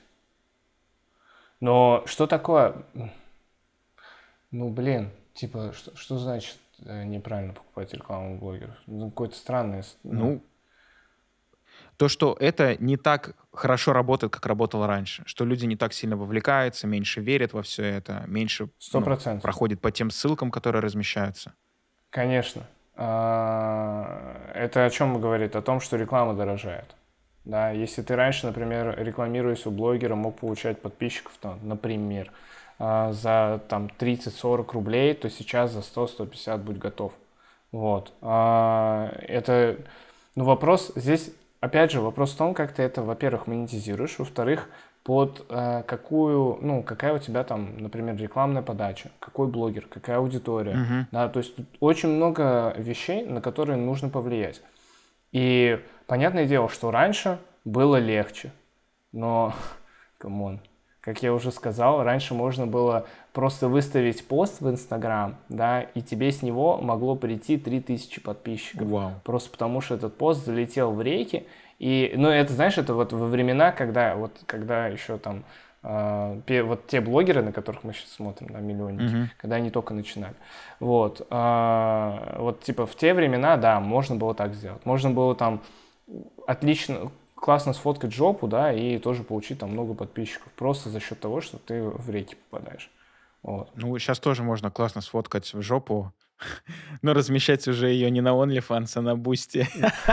Но что такое? Ну, блин, типа, что, что значит э, неправильно покупать рекламу у блогеров? Ну, какое-то странное, с- ну, Ну, то, что это не так хорошо работает, как работало раньше, что люди не так сильно вовлекаются, меньше верят во все это, меньше, сто ну, процентов. проходит по тем ссылкам, которые размещаются. Конечно. А, Это о чем говорит? О том, что реклама дорожает. Да, если ты раньше, например, рекламируясь у блогера, мог получать подписчиков, там, например, а, за там тридцать-сорок рублей, то сейчас за сто-сто пятьдесят будь готов. Вот. А, Это, ну, вопрос здесь, опять же, вопрос в том, как ты это, во-первых, монетизируешь, во-вторых, под э, какую, ну, какая у тебя там, например, рекламная подача, какой блогер, какая аудитория, Мгм. да, то есть тут очень много вещей, на которые нужно повлиять. И понятное дело, что раньше было легче, но, камон, как я уже сказал, раньше можно было просто выставить пост в Инстаграм, да, и тебе с него могло прийти три тысячи подписчиков. Вау. Просто потому что этот пост залетел в рейки. И, ну, это, знаешь, это вот во времена, когда, вот, когда еще там э, пе- вот те блогеры, на которых мы сейчас смотрим, да, миллионники, Мгм. когда они только начинали. Вот, э, вот, типа, в те времена, да, можно было так сделать. Можно было там отлично, классно сфоткать жопу, да, и тоже получить там много подписчиков. Просто за счет того, что ты в реки попадаешь. Вот. Ну, сейчас тоже можно классно сфоткать в жопу, но размещать уже ее не на OnlyFans, а на Бусти.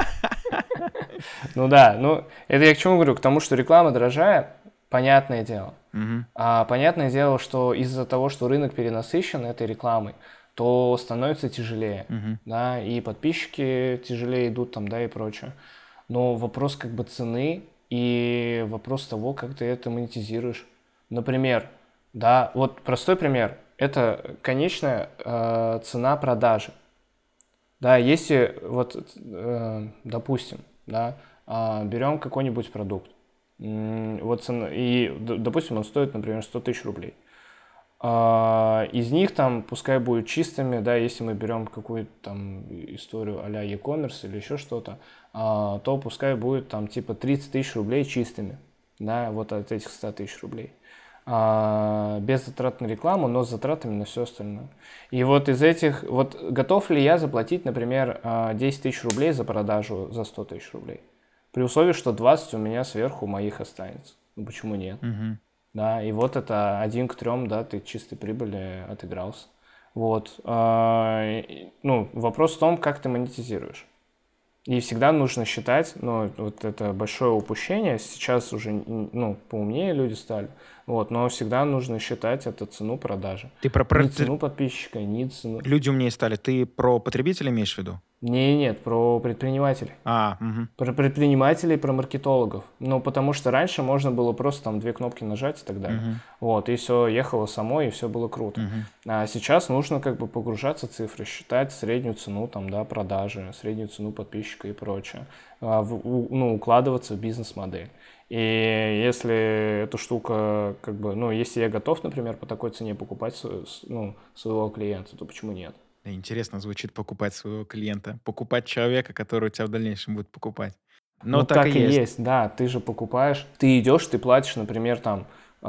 Ну да, ну это я к чему говорю? К тому, что реклама дорожает, понятное дело. Мгм. А понятное дело, что из-за того, что рынок перенасыщен этой рекламой, то становится тяжелее, Мгм. да, и подписчики тяжелее идут там, да, и прочее. Но вопрос как бы цены и вопрос того, как ты это монетизируешь. Например, да, вот простой пример, это конечная э, цена продажи. Да, если вот, э, допустим, да, а, берем какой-нибудь продукт, м, вот цена, и, д- допустим, он стоит, например, сто тысяч рублей. А, Из них там, пускай будет чистыми, да, если мы берем какую-то там историю а-ля e-commerce или еще что-то, а, то пускай будет там типа тридцать тысяч рублей чистыми, да, вот от этих ста тысяч рублей. А, без затрат на рекламу, но с затратами на все остальное. И вот из этих, вот готов ли я заплатить, например, а, десять тысяч рублей за продажу за сто тысяч рублей? При условии, что двадцать у меня сверху моих останется. Ну почему нет? Мгм. Да, и вот это один к трем, да, ты чистой прибыли отыгрался. Вот. а, и, Ну, вопрос в том, как ты монетизируешь. И всегда нужно считать, ну, вот это большое упущение, сейчас уже, ну, поумнее люди стали, вот, но всегда нужно считать это цену продажи. Ты про, про- Не ты- цену подписчика, не цену... люди умнее стали. Ты про потребителя имеешь в виду? Не, нет, про предпринимателей. А, мгм. Про предпринимателей, про маркетологов. Ну, потому что раньше можно было просто там две кнопки нажать и так далее. Мгм. Вот, и все ехало само, и все было круто. Мгм. А сейчас нужно как бы погружаться в цифры, считать среднюю цену там, да, продажи, среднюю цену подписчика и прочее. А, в- у- ну, укладываться в бизнес-модель. И если эта штука, как бы, ну, если я готов, например, по такой цене покупать свою- с- ну, своего клиента, то почему нет? Да, интересно звучит покупать своего клиента. Покупать человека, который у тебя в дальнейшем будет покупать. Но Ну, так и так и есть. есть, да, ты же покупаешь, ты идешь, ты платишь, например, там,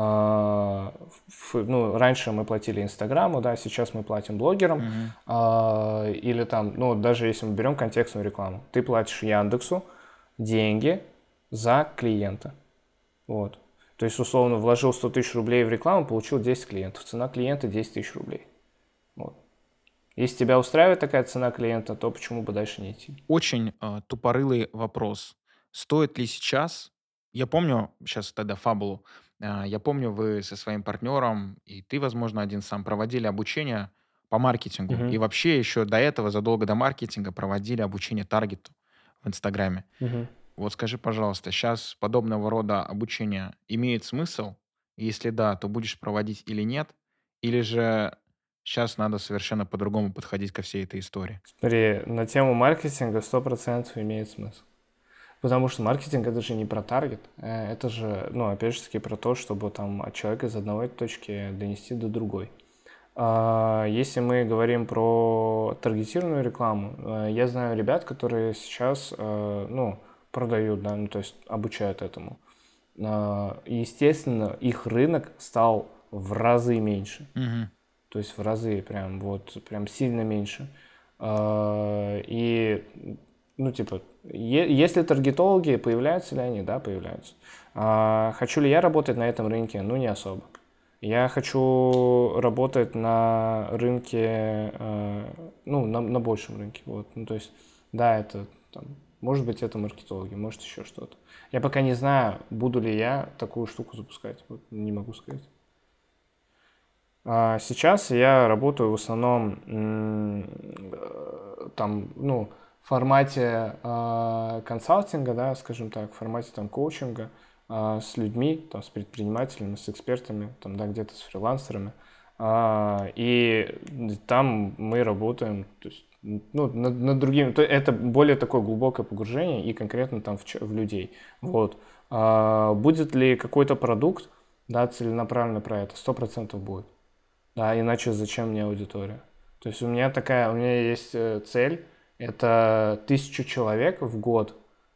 а, ф- ну, раньше мы платили Инстаграму, да, сейчас мы платим блогерам, Мгм. а, или там, ну, даже если мы берем контекстную рекламу, ты платишь Яндексу деньги за клиента, вот. То есть, условно, вложил сто тысяч рублей в рекламу, получил десять клиентов, цена клиента десять тысяч рублей, вот. Если тебя устраивает такая цена клиента, то почему бы дальше не идти? Очень а, тупорылый вопрос. Стоит ли сейчас... Я помню сейчас тогда фабулу. а, Я помню, вы со своим партнером, и ты, возможно, один сам, проводили обучение по маркетингу. И Мгм. вообще еще до этого, задолго до маркетинга, проводили обучение таргету в Инстаграме. Мгм. Вот скажи, пожалуйста, сейчас подобного рода обучение имеет смысл? Если да, то будешь проводить или нет? Или же сейчас надо совершенно по-другому подходить ко всей этой истории? Смотри, на тему маркетинга сто процентов имеет смысл. Потому что маркетинг это же не про таргет, э, это же, ну, опять же таки, про то, чтобы там от человека из одной точки донести до другой. А, Если мы говорим про таргетированную рекламу, э, я знаю ребят, которые сейчас, э, ну, продают, да, ну, то есть обучают этому. А, Естественно, их рынок стал в разы меньше. Мгм. То есть в разы прям, вот, прям сильно меньше. А, И, ну, типа, е- если таргетологи, появляются ли они? Да, появляются. А хочу ли я работать на этом рынке? Ну, не особо. Я хочу работать на рынке, э, ну, на, на большем рынке. Вот. Ну, то есть, да, это там, может быть, это маркетологи, может, еще что-то. Я пока не знаю, буду ли я такую штуку запускать. Вот, не могу сказать. А Сейчас я работаю в основном м, э, там, ну, в формате а, консалтинга, да, скажем так, в формате там коучинга а, с людьми, там, с предпринимателями, с экспертами, там, да, где-то с фрилансерами. А, И там мы работаем, то есть, ну, над, над другими, то это более такое глубокое погружение и конкретно там в, ч- в людей. Вот. А Будет ли какой-то продукт, да, целенаправленно про это, сто процентов будет. Да, иначе зачем мне аудитория? То есть у меня такая, у меня есть э, цель, это тысячу человек в год,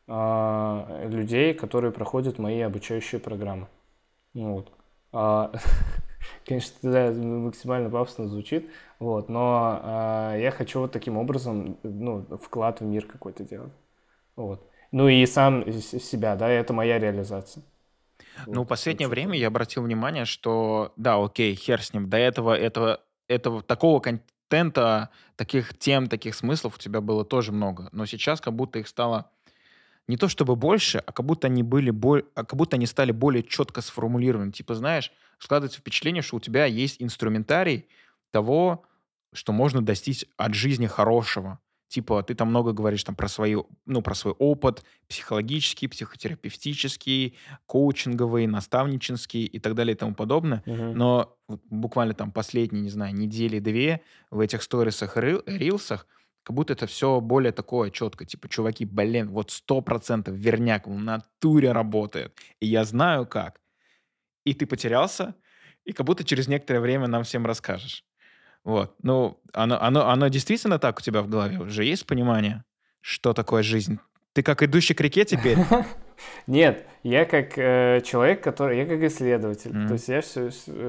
а, людей, которые проходят мои обучающие программы. Ну вот. А, Конечно, да, максимально пафосно звучит, вот, но а, я хочу вот таким образом, ну, вклад в мир какой-то делать. Вот. Ну и сам с- себя, да, это моя реализация. Ну, в Вот, последнее лучше время так. я обратил внимание, что да, окей, хер с ним. До этого этого этого такого контента, таких тем, таких смыслов у тебя было тоже много. Но сейчас как будто их стало не то чтобы больше, а как будто они были боль, а как будто они стали более четко сформулированы. Типа, знаешь, складывается впечатление, что у тебя есть инструментарий того, что можно достичь от жизни хорошего. Типа, ты там много говоришь там про свои, ну, про свой опыт психологический, психотерапевтический, коучинговый, наставнический и так далее и тому подобное. Мгм. Но вот буквально там последние, не знаю, недели-две в этих сторисах и рил- рилсах как будто это все более такое четко. Типа, чуваки, блин, вот сто процентов верняк в натуре работает. И я знаю как. И ты потерялся, и как будто через некоторое время нам всем расскажешь. Вот. Ну, оно, оно, оно действительно так у тебя в голове уже есть понимание, что такое жизнь? Ты как идущий к реке теперь? Нет, я как э, человек, который, я как исследователь. То М, есть я все,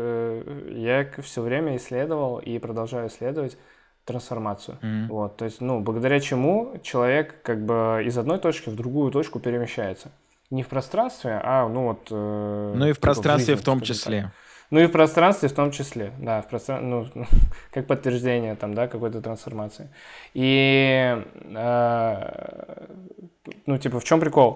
я все время исследовал и продолжаю исследовать трансформацию. м. Вот, то есть, ну, благодаря чему человек как бы из одной точки в другую точку перемещается. Не в пространстве, а, ну, вот, Ну э, и в типа в пространстве в жизни, том скажем так. числе. Ну и в пространстве в том числе, да, в простран... ну, как подтверждение там, да, какой-то трансформации. И, э, ну, типа, в чем прикол?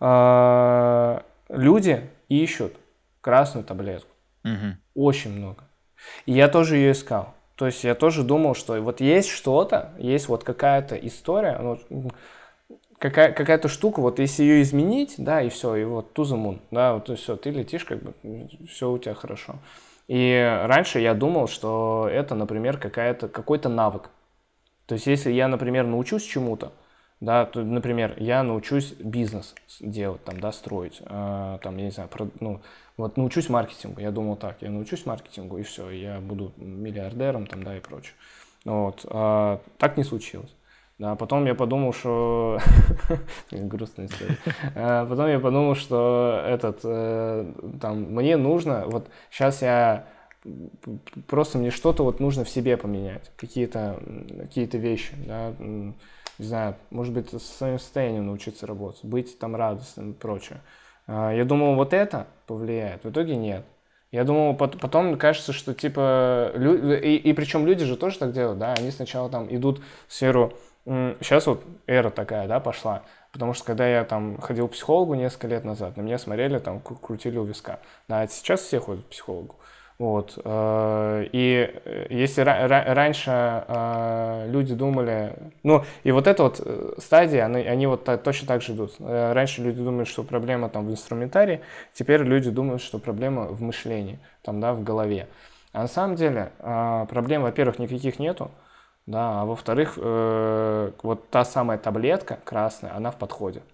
Э, Люди ищут красную таблетку. Мгм. Очень много. И я тоже ее искал. То есть я тоже думал, что вот есть что-то, есть вот какая-то история, ну, какая, какая-то штука, вот если ее изменить, да, и все, и вот to the moon, да, вот и все, ты летишь, как бы, все у тебя хорошо. И раньше я думал, что это, например, какая-то, какой-то навык. То есть если я, например, научусь чему-то, да, то, например, я научусь бизнес делать, там, да, строить, э, там, я не знаю, про- ну, вот научусь маркетингу, я думал так, я научусь маркетингу, и все, я буду миллиардером, там, да, и прочее. Вот, а, так не случилось. Да, потом я подумал, что... Грустная история. А Потом я подумал, что этот, э, там, мне нужно, вот сейчас я просто мне что-то вот нужно в себе поменять, какие-то какие-то вещи, да, м, не знаю, может быть, со своим состоянием научиться работать, быть там радостным и прочее. А, Я думал, вот это повлияет, в итоге нет. Я думал, пот- потом кажется, что типа, лю- и, и причем люди же тоже так делают, да, они сначала там идут в сферу, сейчас вот эра такая, да, пошла, потому что когда я там ходил к психологу несколько лет назад, на меня смотрели, там, кру- крутили у виска, да, а сейчас все ходят к психологу. Вот. э, И э, если ра- ра- раньше э, люди думали... Ну, и вот эта вот э, стадия, они, они вот та- точно так же идут. Э, Раньше люди думали, что проблема там в инструментарии, теперь люди думают, что проблема в мышлении, там, да, в голове. А на самом деле э, проблем, во-первых, никаких нету, да, а во-вторых, э, вот та самая таблетка красная, она в подходе.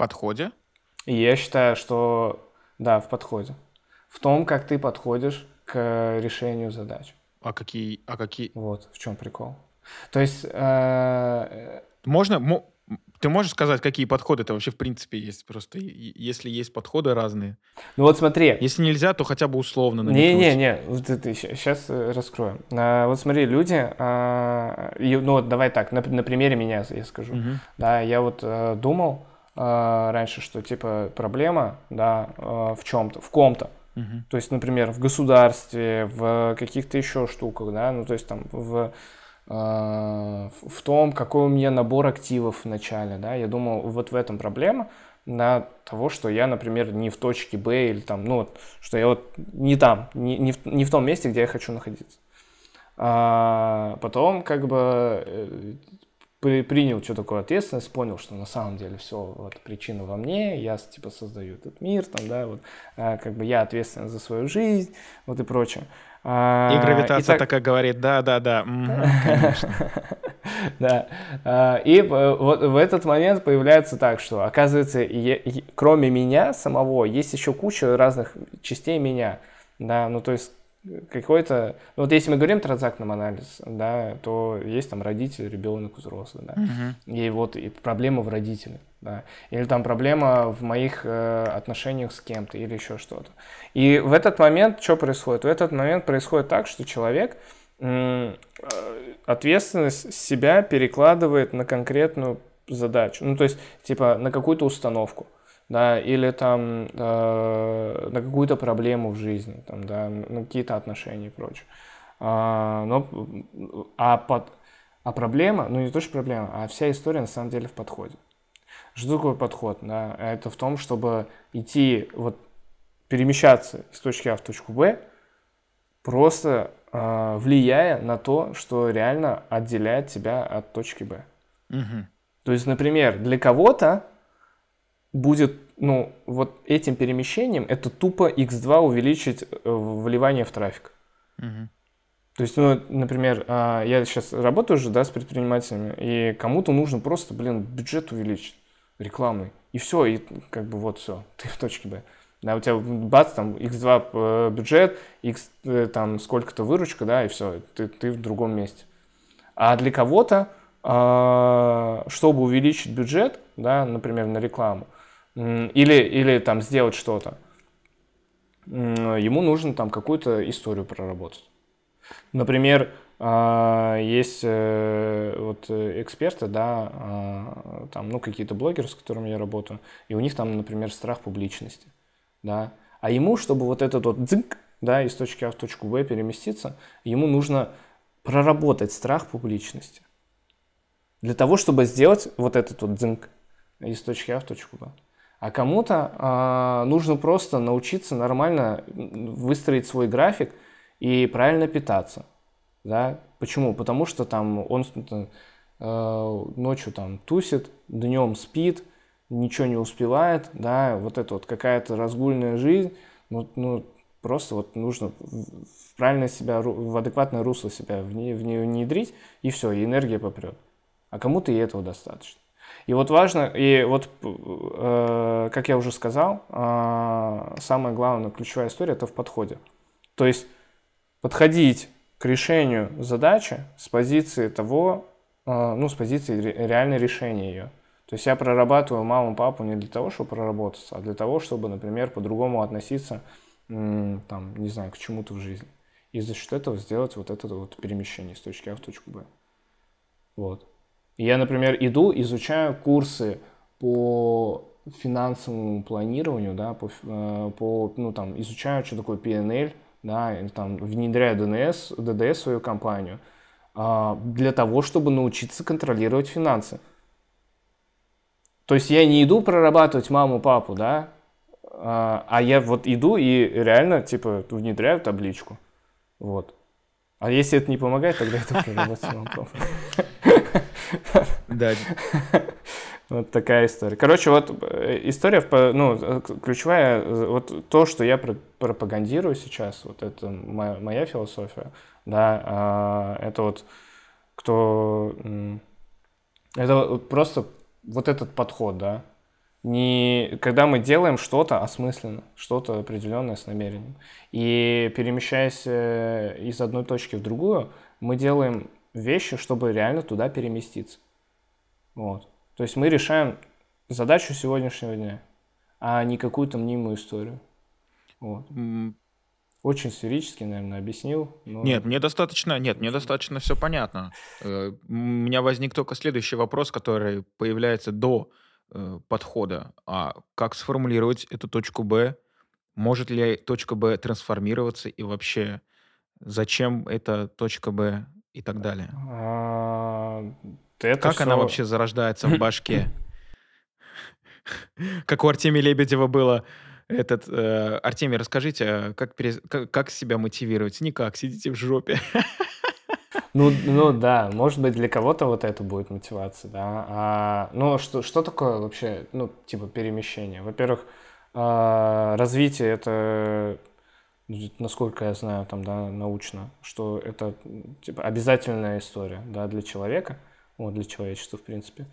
подходе? И я считаю, что да, в подходе. В том, как ты подходишь к решению задач. А какие, а какие... Вот в чем прикол. То есть э, Можно, мо- м, ты можешь сказать, какие подходы это вообще в принципе есть? Просто и- и- если есть подходы разные. ну вот смотри. Если нельзя, то хотя бы условно намекнуть. Не-не-не, вот это сейчас раскроем. А, вот смотри, люди, а, и, ну вот давай так, на, на примере меня я скажу. Мгм. Да, я вот э, думал э, раньше, что типа проблема, да, э, в чем-то, в ком-то. Мгм. То есть, например, в государстве, в каких-то еще штуках, да, ну то есть там в, э, в том, какой у меня набор активов в начале, да, я думал, вот в этом проблема, на того, что я, например, не в точке Б или там, ну вот, что я вот не там, не, не, в, не в том месте, где я хочу находиться. А потом как бы э, при, принял, что такое ответственность, понял, что на самом деле все, вот причина во мне, я типа создаю этот мир, там, да, вот, а, как бы я ответственен за свою жизнь, вот и прочее. И А, и гравитация так, такая говорит, да-да-да, мгм, конечно. да. А, И э, вот в этот момент появляется так, что, оказывается, е- е- кроме меня самого, есть еще куча разных частей меня. Да, ну то есть э, какой-то... ну, вот если мы говорим транзактным анализ, да, то есть там родитель, ребенок, взрослый, да. Мгм. И вот и проблема в родителе, да. Или там проблема в моих э, отношениях с кем-то, или еще что-то. И в этот момент что происходит? В этот момент происходит так, что человек м, э, ответственность с себя перекладывает на конкретную задачу. Ну, то есть, типа, на какую-то установку, да, или там э, на какую-то проблему в жизни, там, да, на какие-то отношения и прочее. А, но, а, под, а проблема, ну не то, что проблема, а вся история на самом деле в подходе. Что такое подход? Да? Это в том, чтобы идти, вот, перемещаться из точки А в точку Б, просто э, влияя на то, что реально отделяет тебя от точки Б. Мгм. То есть, например, для кого-то будет, ну, вот этим перемещением это тупо икс два увеличить э, вливание в трафик. Мгм. То есть, ну, например, а, я сейчас работаю уже, да, с предпринимателями, и кому-то нужно просто, блин, бюджет увеличить рекламный. И все, и как бы вот все, ты в точке Б. Да, у тебя бац, там икс два э, бюджет, X э, там сколько-то выручка, да, и все, ты, ты в другом месте. А для кого-то, а, чтобы увеличить бюджет, да, например, на рекламу, м, или, или там сделать что-то, м, ему нужно там какую-то историю проработать. Например, а, есть э, вот э, эксперты, да, а, там, ну, какие-то блогеры, с которыми я работаю, и у них там, например, страх публичности, да. А ему, чтобы вот этот вот дзынк, да, из точки А в точку Б переместиться, ему нужно проработать страх публичности для того, чтобы сделать вот этот вот дзынк из точки А в точку Б. А кому-то а, нужно просто научиться нормально выстроить свой график и правильно питаться. Да? Почему? Потому что там он э, ночью там тусит, днем спит, ничего не успевает, да, вот это вот какая-то разгульная жизнь, ну, ну просто вот нужно в правильное себя, в адекватное русло себя в нее, в нее внедрить, и все, и энергия попрет. А кому-то и этого достаточно. И вот важно, и вот, э, как я уже сказал, э, самая главная ключевая история это в подходе. То есть подходить к решению задачи с позиции того, э, ну, с позиции ре- реально решения ее. То есть я прорабатываю маму, папу не для того, чтобы проработаться, а для того, чтобы, например, по-другому относиться, м, там, не знаю, к чему-то в жизни. И за счет этого сделать вот это вот перемещение с точки А в точку Б. Вот. И я, например, иду, изучаю курсы по финансовому планированию, да, по, ф- э, по, ну, там, изучаю, что такое пи эн эл, да, и там, внедряю ди эн эс, ди ди эс в свою компанию, а, для того, чтобы научиться контролировать финансы. То есть я не иду прорабатывать маму, папу, да, а, а я вот иду и реально, типа, внедряю табличку. Вот. А если это не помогает, тогда это прорабатывать маму, папу. Да, Вот такая история. Короче, вот э, история, в по- ну, э, к- ключевая, э, вот то, что я про- пропагандирую сейчас, вот это моя, моя философия, да, а, это вот кто, м, это вот просто вот этот подход, да, Не, когда мы делаем что-то осмысленно, что-то определенное с намерением. И перемещаясь э, из одной точки в другую, мы делаем вещи, чтобы реально туда переместиться. Вот. То есть мы решаем задачу сегодняшнего дня, а не какую-то мнимую историю. Вот. М, Очень сферически, наверное, объяснил, Нет, но мне достаточно, нет, мне очень... достаточно все понятно. Э, У меня возник только следующий вопрос, который появляется до э, подхода. А как сформулировать эту точку Б? Может ли точка Б трансформироваться и вообще зачем эта точка Б и так далее? А, это Как она все... вообще зарождается в башке? Как у Артемия Лебедева было. Этот, э, Артемий, расскажите, а как, перес- как, как себя мотивировать? Никак, сидите в жопе. Ну, ну да, может быть, для кого-то вот это будет мотивация, да. А, ну, что, что такое вообще, ну, типа перемещение? Во-первых, а, развитие это, насколько я знаю, там, да, научно, что это м, типа обязательная история, да, для человека, вот, для человечества, в принципе.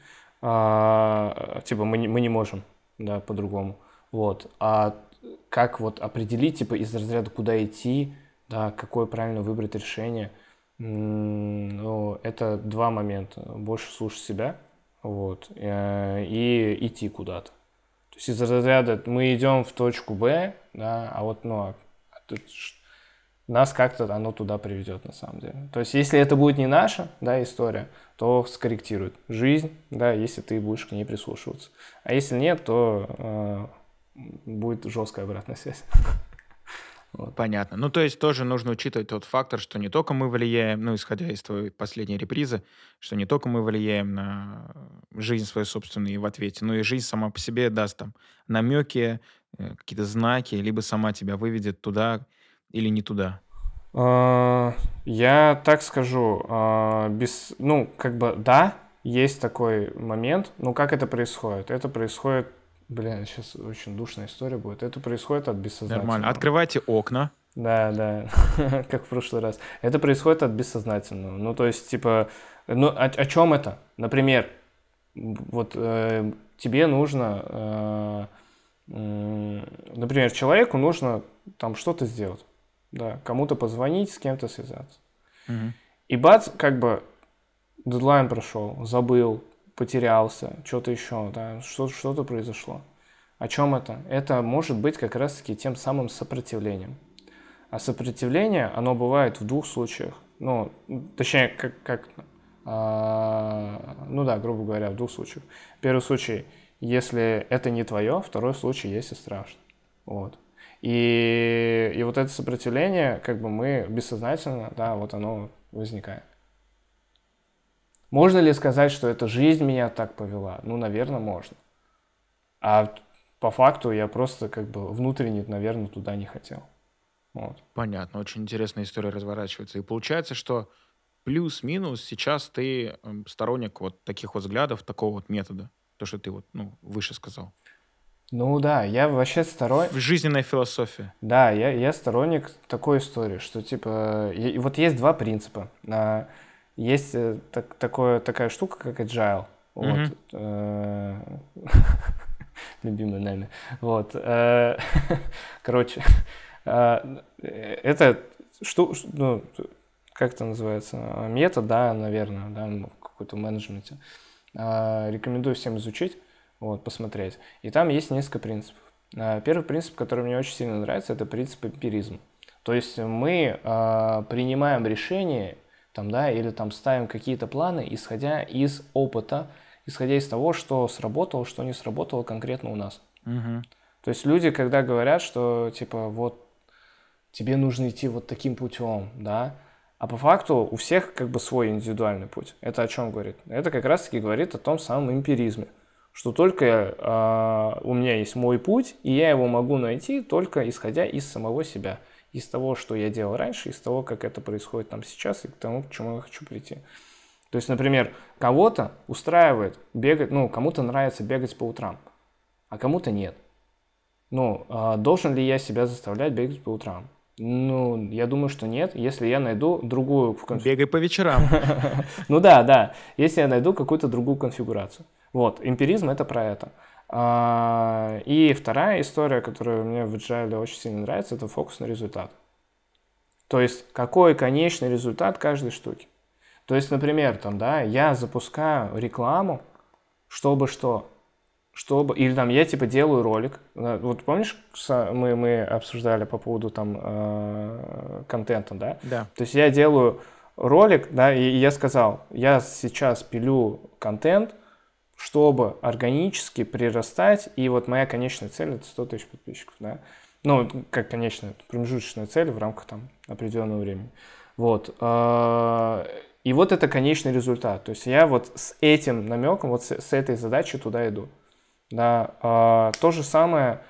А, типа мы не, мы не можем, да, по-другому. Вот. А как вот определить, типа, из разряда, куда идти, да, какое правильно выбрать решение – М, ну, это два момента. Больше слушать себя, вот, э, и идти куда-то. То есть из разряда мы идем в точку Б, да, а вот, ну, а тут ш- нас как-то оно туда приведет на самом деле. То есть если это будет не наша, да, история, то скорректирует жизнь, да, если ты будешь к ней прислушиваться. А если нет, то э, будет жесткая обратная связь. Вот. Понятно. Ну, то есть тоже нужно учитывать тот фактор, что не только мы влияем, ну, исходя из твоей последней репризы, что не только мы влияем на жизнь свою собственную и в ответе, но и жизнь сама по себе даст там намеки, э, какие-то знаки, либо сама тебя выведет туда или не туда. А, Я так скажу, а, без, ну, как бы, да, есть такой момент, но как это происходит? Это происходит, блин, сейчас очень душная история будет, это происходит от Нормально. бессознательного. Открывайте окна. Да, да, как в прошлый раз. Это происходит от бессознательного. Ну, то есть, типа, ну, о, о чем это? Например, вот э, тебе нужно, э, м, например, человеку нужно там что-то сделать, да, кому-то позвонить, с кем-то связаться. Мгм. И бац, как бы дедлайн прошел, забыл, потерялся, что-то еще, да, что- что-то произошло. О чем это? Это может быть как раз-таки тем самым сопротивлением. А сопротивление, оно бывает в двух случаях. Ну, точнее, как, как а, ну да, грубо говоря, в двух случаях. Первый случай, если это не твое, второй случай, если страшно. Вот. И, и вот это сопротивление, как бы мы бессознательно, да, вот оно возникает. Можно ли сказать, что эта жизнь меня так повела? Ну, наверное, можно. А по факту я просто как бы внутренне, наверное, туда не хотел. Вот. Понятно. Очень интересная история разворачивается. И получается, что плюс-минус сейчас ты эм, сторонник вот таких вот взглядов, такого вот метода. То, что ты вот, ну, выше сказал. Ну да, я вообще сторонник, В жизненная философия. да, я, я сторонник такой истории, что типа, и- и вот есть два принципа. А, Есть э, так- такое, такая штука, как agile. Вот. Мгм. э, Любимый нами. Вот. э, Короче, а, э, это что, ну, как это называется? А, Метод, да, наверное, да, м, в какой-то менеджменте. А, Рекомендую всем изучить, вот, посмотреть. И там есть несколько принципов. А, Первый принцип, который мне очень сильно нравится, это принцип эмпиризма. То есть мы а, принимаем решения, там, да, или там ставим какие-то планы, исходя из опыта, исходя из того, что сработало, что не сработало конкретно у нас. Мгм. То есть люди, когда говорят, что типа вот тебе нужно идти вот таким путем, да, а по факту у всех как бы свой индивидуальный путь. Это о чем говорит? Это как раз-таки говорит о том самом эмпиризме, что только а, у меня есть мой путь, и я его могу найти только исходя из самого себя, из того, что я делал раньше, из того, как это происходит там сейчас, и к тому, к чему я хочу прийти. То есть, например, кого-то устраивает бегать, ну, кому-то нравится бегать по утрам, а кому-то нет. Ну, а должен ли я себя заставлять бегать по утрам? Ну, я думаю, что нет, если я найду другую конф- Бегай по вечерам. Ну да, да, если я найду какую-то другую конфигурацию. Вот, эмпиризм это про это. А, И вторая история, которая мне в Agile очень сильно нравится, это фокус на результат. То есть какой конечный результат каждой штуки. То есть, например, там, да, я запускаю рекламу, чтобы что? Чтобы... Или там я типа делаю ролик. Да, вот помнишь, са- мы, мы обсуждали по поводу там э, контента, да? Да. То есть я делаю ролик, да, и я сказал, я сейчас пилю контент, чтобы органически прирастать, и вот моя конечная цель это сто тысяч подписчиков, да. Ну, как конечная, промежуточная цель в рамках там определенного времени. Вот. а, И вот это конечный результат. То есть я вот с этим намеком, вот с, с этой задачей туда иду. Да. А, То же самое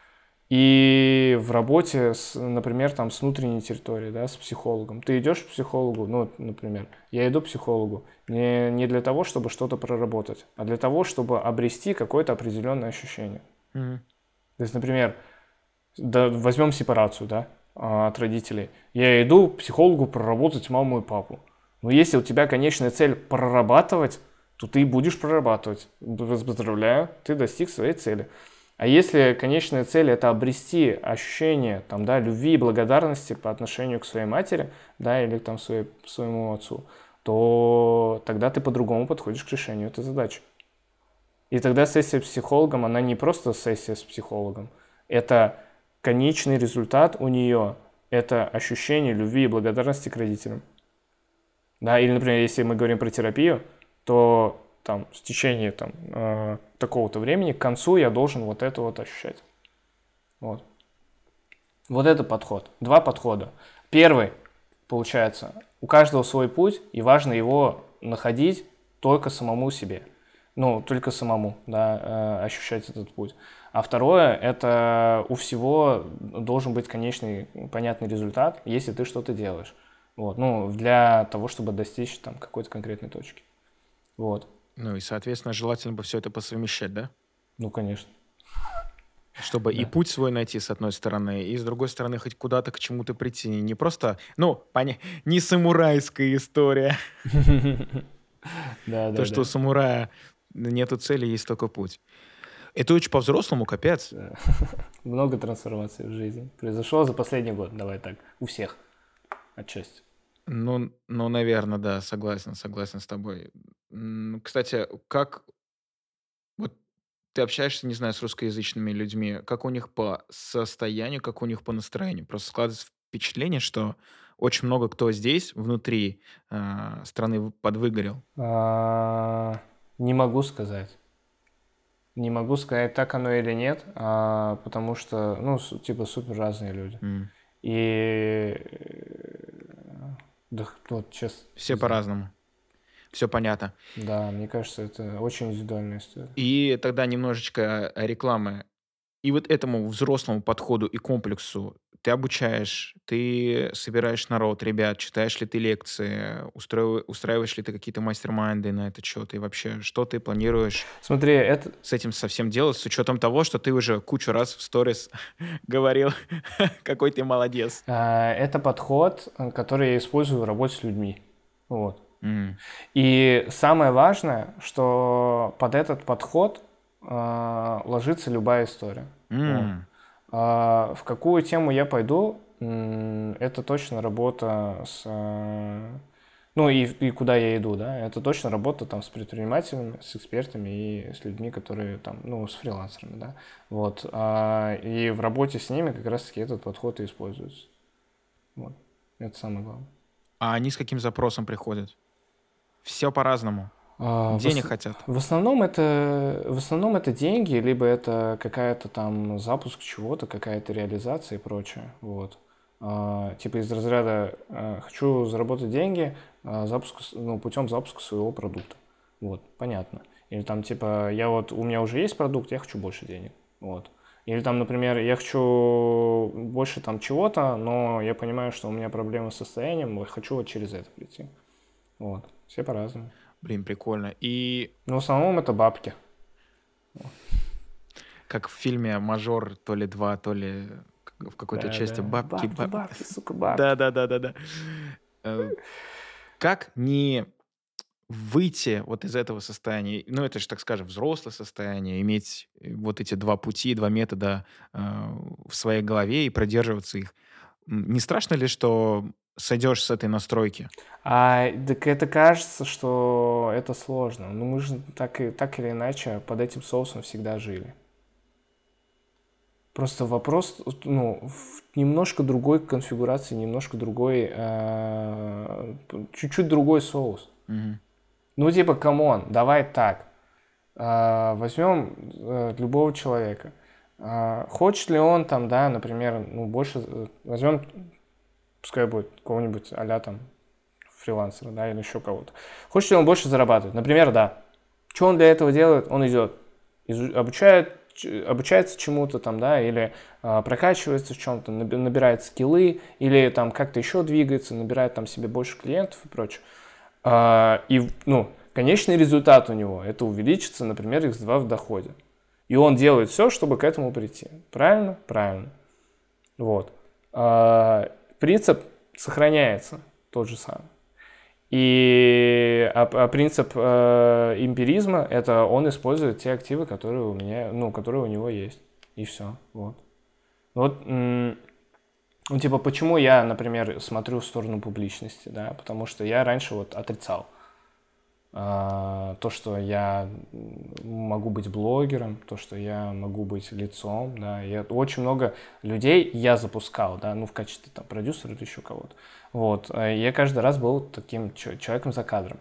и в работе, с, например, там, с внутренней территорией, да, с психологом. Ты идешь к психологу, ну, вот, например, я иду к психологу не, не для того, чтобы что-то проработать, а для того, чтобы обрести какое-то определенное ощущение. Мгм. То есть, например, да, возьмем сепарацию, да, а, от родителей. Я иду к психологу проработать маму и папу. Но если у тебя конечная цель прорабатывать, то ты будешь прорабатывать. Поздравляю, ты достиг своей цели. А если конечная цель это обрести ощущение там, да, любви и благодарности по отношению к своей матери, да, или там своей, своему отцу, то тогда ты по-другому подходишь к решению этой задачи. И тогда сессия с психологом, она не просто сессия с психологом, это конечный результат у нее, это ощущение любви и благодарности к родителям. Да, или, например, если мы говорим про терапию, то там в течение там, э, такого-то времени к концу я должен вот это вот ощущать. Вот. Вот это подход. Два подхода. Первый, получается, у каждого свой путь, и важно его находить только самому себе. Ну, только самому, да, э, ощущать этот путь. А второе, это у всего должен быть конечный понятный результат, если ты что-то делаешь. Вот, ну, для того, чтобы достичь там какой-то конкретной точки. Вот. Ну и, соответственно, желательно бы все это посовмещать, да? Ну, конечно. Чтобы и Да. путь свой найти, с одной стороны, и с другой стороны, хоть куда-то к чему-то прийти. Не просто, ну, поня... не самурайская история. Да, То, да, что у да. самурая нету цели, есть только путь. Это очень по-взрослому, капец. Да. Много трансформаций в жизни произошло за последний год. Давай так. У всех. Отчасти. Ну, ну, наверное, да, согласен, согласен с тобой. М, Кстати, как вот ты общаешься, не знаю, с русскоязычными людьми, как у них по состоянию, как у них по настроению? Просто складывается впечатление, что очень много кто здесь, внутри а, страны, в- подвыгорел. А, Не могу сказать. Не могу сказать, так оно или нет, а, потому что, ну, су- типа, супер разные люди. М. И, э, да, вот, честно, Все не знаю. по-разному. Все понятно. Да, мне кажется, это очень индивидуальная история. И тогда немножечко рекламы. И вот этому взрослому подходу и комплексу ты обучаешь, ты собираешь народ, ребят, читаешь ли ты лекции, устраив- устраиваешь ли ты какие-то мастер-майнды на этот счет, и вообще, что ты планируешь Смотри, это, с этим совсем делать, с учетом того, что ты уже кучу раз в сторис говорил, какой ты молодец. а, это подход, э, который я использую в работе с людьми. Вот. М, И самое важное, что под этот подход а, ложится любая история. Вот. м, А, в какую тему я пойду, м, это точно работа с... а, Ну и, и куда я иду, да, это точно работа там с предпринимателями, с экспертами и с людьми, которые там, ну, с фрилансерами, да. Вот. А, и в работе с ними как раз-таки этот подход и используется. Вот. Это самое главное. А они с каким запросом приходят? Все по-разному. А, В, Денег ос- хотят. в основном это, в основном это деньги, либо это какая-то там запуск чего-то, какая-то реализация и прочее. Вот. А, типа из разряда а, хочу заработать деньги а, запуск, ну, путем запуска своего продукта. Вот, понятно. Или там типа я вот, у меня уже есть продукт, я хочу больше денег. Вот. Или там, например, я хочу больше там чего-то, но я понимаю, что у меня проблемы с состоянием, вот хочу вот через это прийти. Вот. Все по-разному. Блин, прикольно. И Но в основном это бабки. как в фильме «Мажор», то ли два, то ли к- в какой-то Да, части да. бабки. Бабки, ба- бабки, сука, бабки. Да, да, да, да, да. Э, Как не выйти вот из этого состояния, ну, это же, так скажем, взрослое состояние, иметь э, вот эти два пути, два метода э, в своей голове и продерживаться их. М, Не страшно ли, что сойдешь с этой настройки? А так это кажется, что это сложно. Но мы же так, и, так или иначе под этим соусом всегда жили. Просто вопрос, ну, в немножко другой конфигурации, немножко другой, э, чуть-чуть другой соус. Мгм. Ну, типа, камон, давай так. Э, возьмем э, любого человека. Э, хочет ли он там, да, например, ну, больше... э, Возьмем, пускай будет кого-нибудь а-ля там фрилансера, да, или еще кого-то. Хочет ли он больше зарабатывать? Например, да. Что он для этого делает? Он идет, изу- обучает, ч- обучается чему-то там, да, или а, прокачивается в чем-то, наби- набирает скиллы, или там как-то еще двигается, набирает там себе больше клиентов и прочее. А, и, ну, конечный результат у него это увеличится, например, икс два в доходе. И он делает все, чтобы к этому прийти. Правильно? Правильно. Вот. А, принцип сохраняется тот же самый. И а, а принцип э, эмпиризма это он использует те активы, которые у меня, ну, которые у него есть. И все. Вот. Вот, м, ну, типа, почему я, например, смотрю в сторону публичности, да? Потому что я раньше вот отрицал а, то, что я могу быть блогером, то, что я могу быть лицом, да, я очень много людей я запускал, да, ну, в качестве там продюсера или еще кого-то, вот, э, я каждый раз был таким чё- человеком за кадром,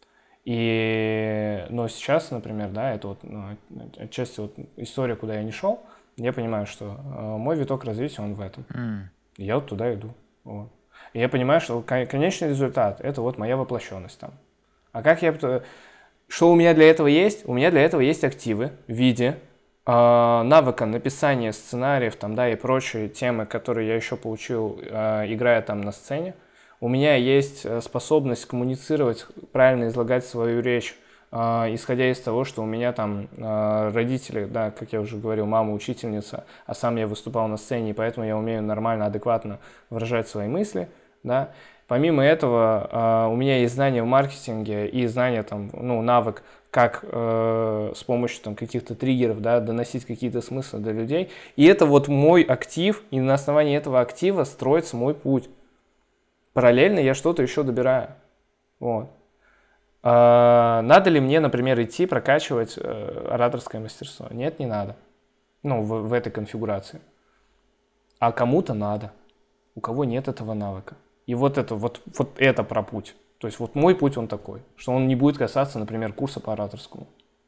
и, но сейчас, например, да, это вот, ну, отчасти вот история, куда я не шел, я понимаю, что э, мой виток развития, он в этом, М. и я вот туда иду, вот. И я понимаю, что кон- конечный результат, это вот моя воплощенность там. А как я... п- Что у меня для этого есть? У меня для этого есть активы в виде э, навыка написания сценариев там, да, и прочие темы, которые я еще получил, э, играя там на сцене. У меня есть э, способность коммуницировать, правильно излагать свою речь, э, исходя из того, что у меня там э, родители, да, как я уже говорил, мама учительница, а сам я выступал на сцене, и поэтому я умею нормально, адекватно выражать свои мысли, да. Помимо этого, э, у меня есть знания в маркетинге и знания, там, ну, навык, как э, с помощью там, каких-то триггеров, да, доносить какие-то смыслы до людей. И это вот мой актив, и на основании этого актива строится мой путь. Параллельно я что-то еще добираю. Вот. А, надо ли мне, например, идти прокачивать э, ораторское мастерство? Нет, не надо. Ну, в, в этой конфигурации. А кому-то надо, у кого нет этого навыка. И вот это, вот, вот это про путь. То есть вот мой путь, он такой, что он не будет касаться, например, курса по ораторскому.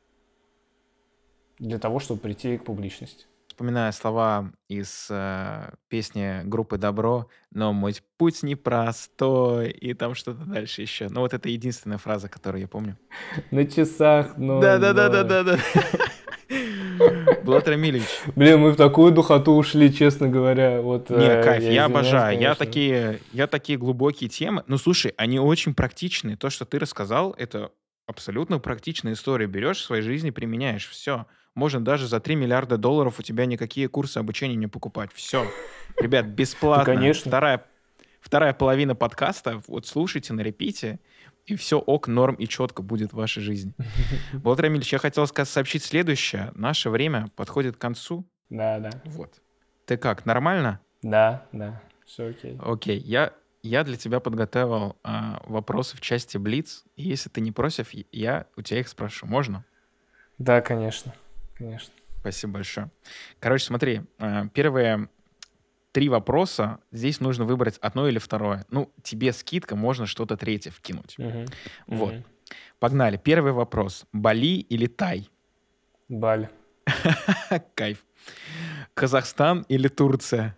Для того, чтобы прийти к публичности. Вспоминая слова из э, песни группы «Добро», «Но мой путь непростой», и там что-то дальше еще. Ну, вот это единственная фраза, которую я помню. На часах ноль ноль. Да-да-да-да-да-да. Булат Рамилевич, Блин, мы в такую духоту ушли, честно говоря. Вот не, э, кайф, я я извиняюсь, обожаю. Я конечно. такие, я такие глубокие темы. Ну, слушай, они очень практичные. То, что ты рассказал, это абсолютно практичная история. Берешь в своей жизни, применяешь. Все. Можно даже за три миллиарда долларов у тебя никакие курсы обучения не покупать. Все. Ребят, Да, бесплатно. конечно. Вторая, вторая половина подкаста. Вот слушайте на репите, и все ок, норм и четко будет в вашей жизни. Булат Рамильевич, я хотел сказать, сообщить следующее. Наше время подходит к концу. Да, да. Вот. Ты как, нормально? Да, да. Все окей. Окей, я, я для тебя подготовил а, вопросы в части Блиц. И если ты не против, и- я у тебя их спрошу. Можно? Да, конечно. Конечно. Спасибо большое. Короче, смотри, а, первые три вопроса. Здесь нужно выбрать одно или второе. Ну, тебе скидка, можно что-то третье вкинуть. Мгм. Вот. Мгм. Погнали. Первый вопрос. Бали или Тай? Баль. Кайф. Казахстан или Турция?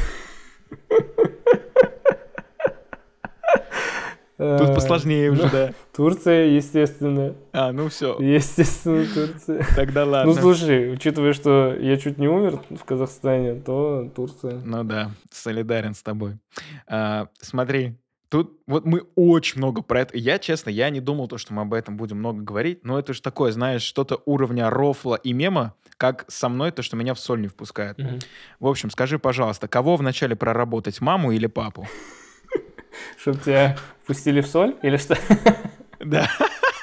Тут Э, посложнее ну, уже, да. Турция, естественно. А, ну все. Естественно, Турция. Тогда Ну, ладно. слушай, учитывая, что я чуть не умер в Казахстане, то Турция. Ну да, солидарен с тобой. А, смотри, тут вот мы очень много про это. Я, честно, я не думал, то, что мы об этом будем много говорить, но это же такое, знаешь, что-то уровня рофла и мема, как со мной, то, что меня в соль не впускает. Мгм. В общем, скажи, пожалуйста, кого вначале проработать, маму или папу? Чтоб тебя пустили в соль или что? Да.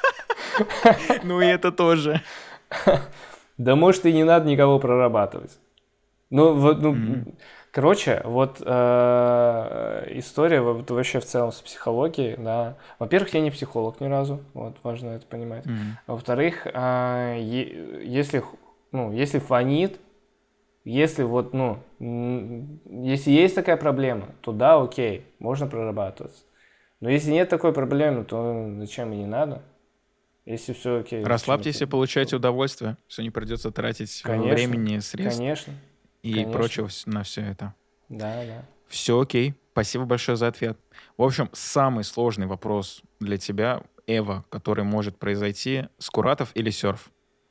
Ну и это тоже. Да может и не надо никого прорабатывать. Ну, вот, ну, Мгм. короче, вот э, история вот вообще в целом с психологией, да. Во-первых, я не психолог ни разу, вот важно это понимать. Мгм. Во-вторых, э, е- если, х- ну, если фонит, если вот, ну, м, если есть такая проблема, то да, окей, можно прорабатываться. Но если нет такой проблемы, то зачем и не надо? Если все окей, зачем Расслабьтесь и это? получайте удовольствие, что не придется тратить э, Конечно, времени, средств конечно, и конечно, прочего вс- на все это. да, да. Все окей. Спасибо большое за ответ. В общем, самый сложный вопрос для тебя, Эва, который может произойти, Скуратов или серф?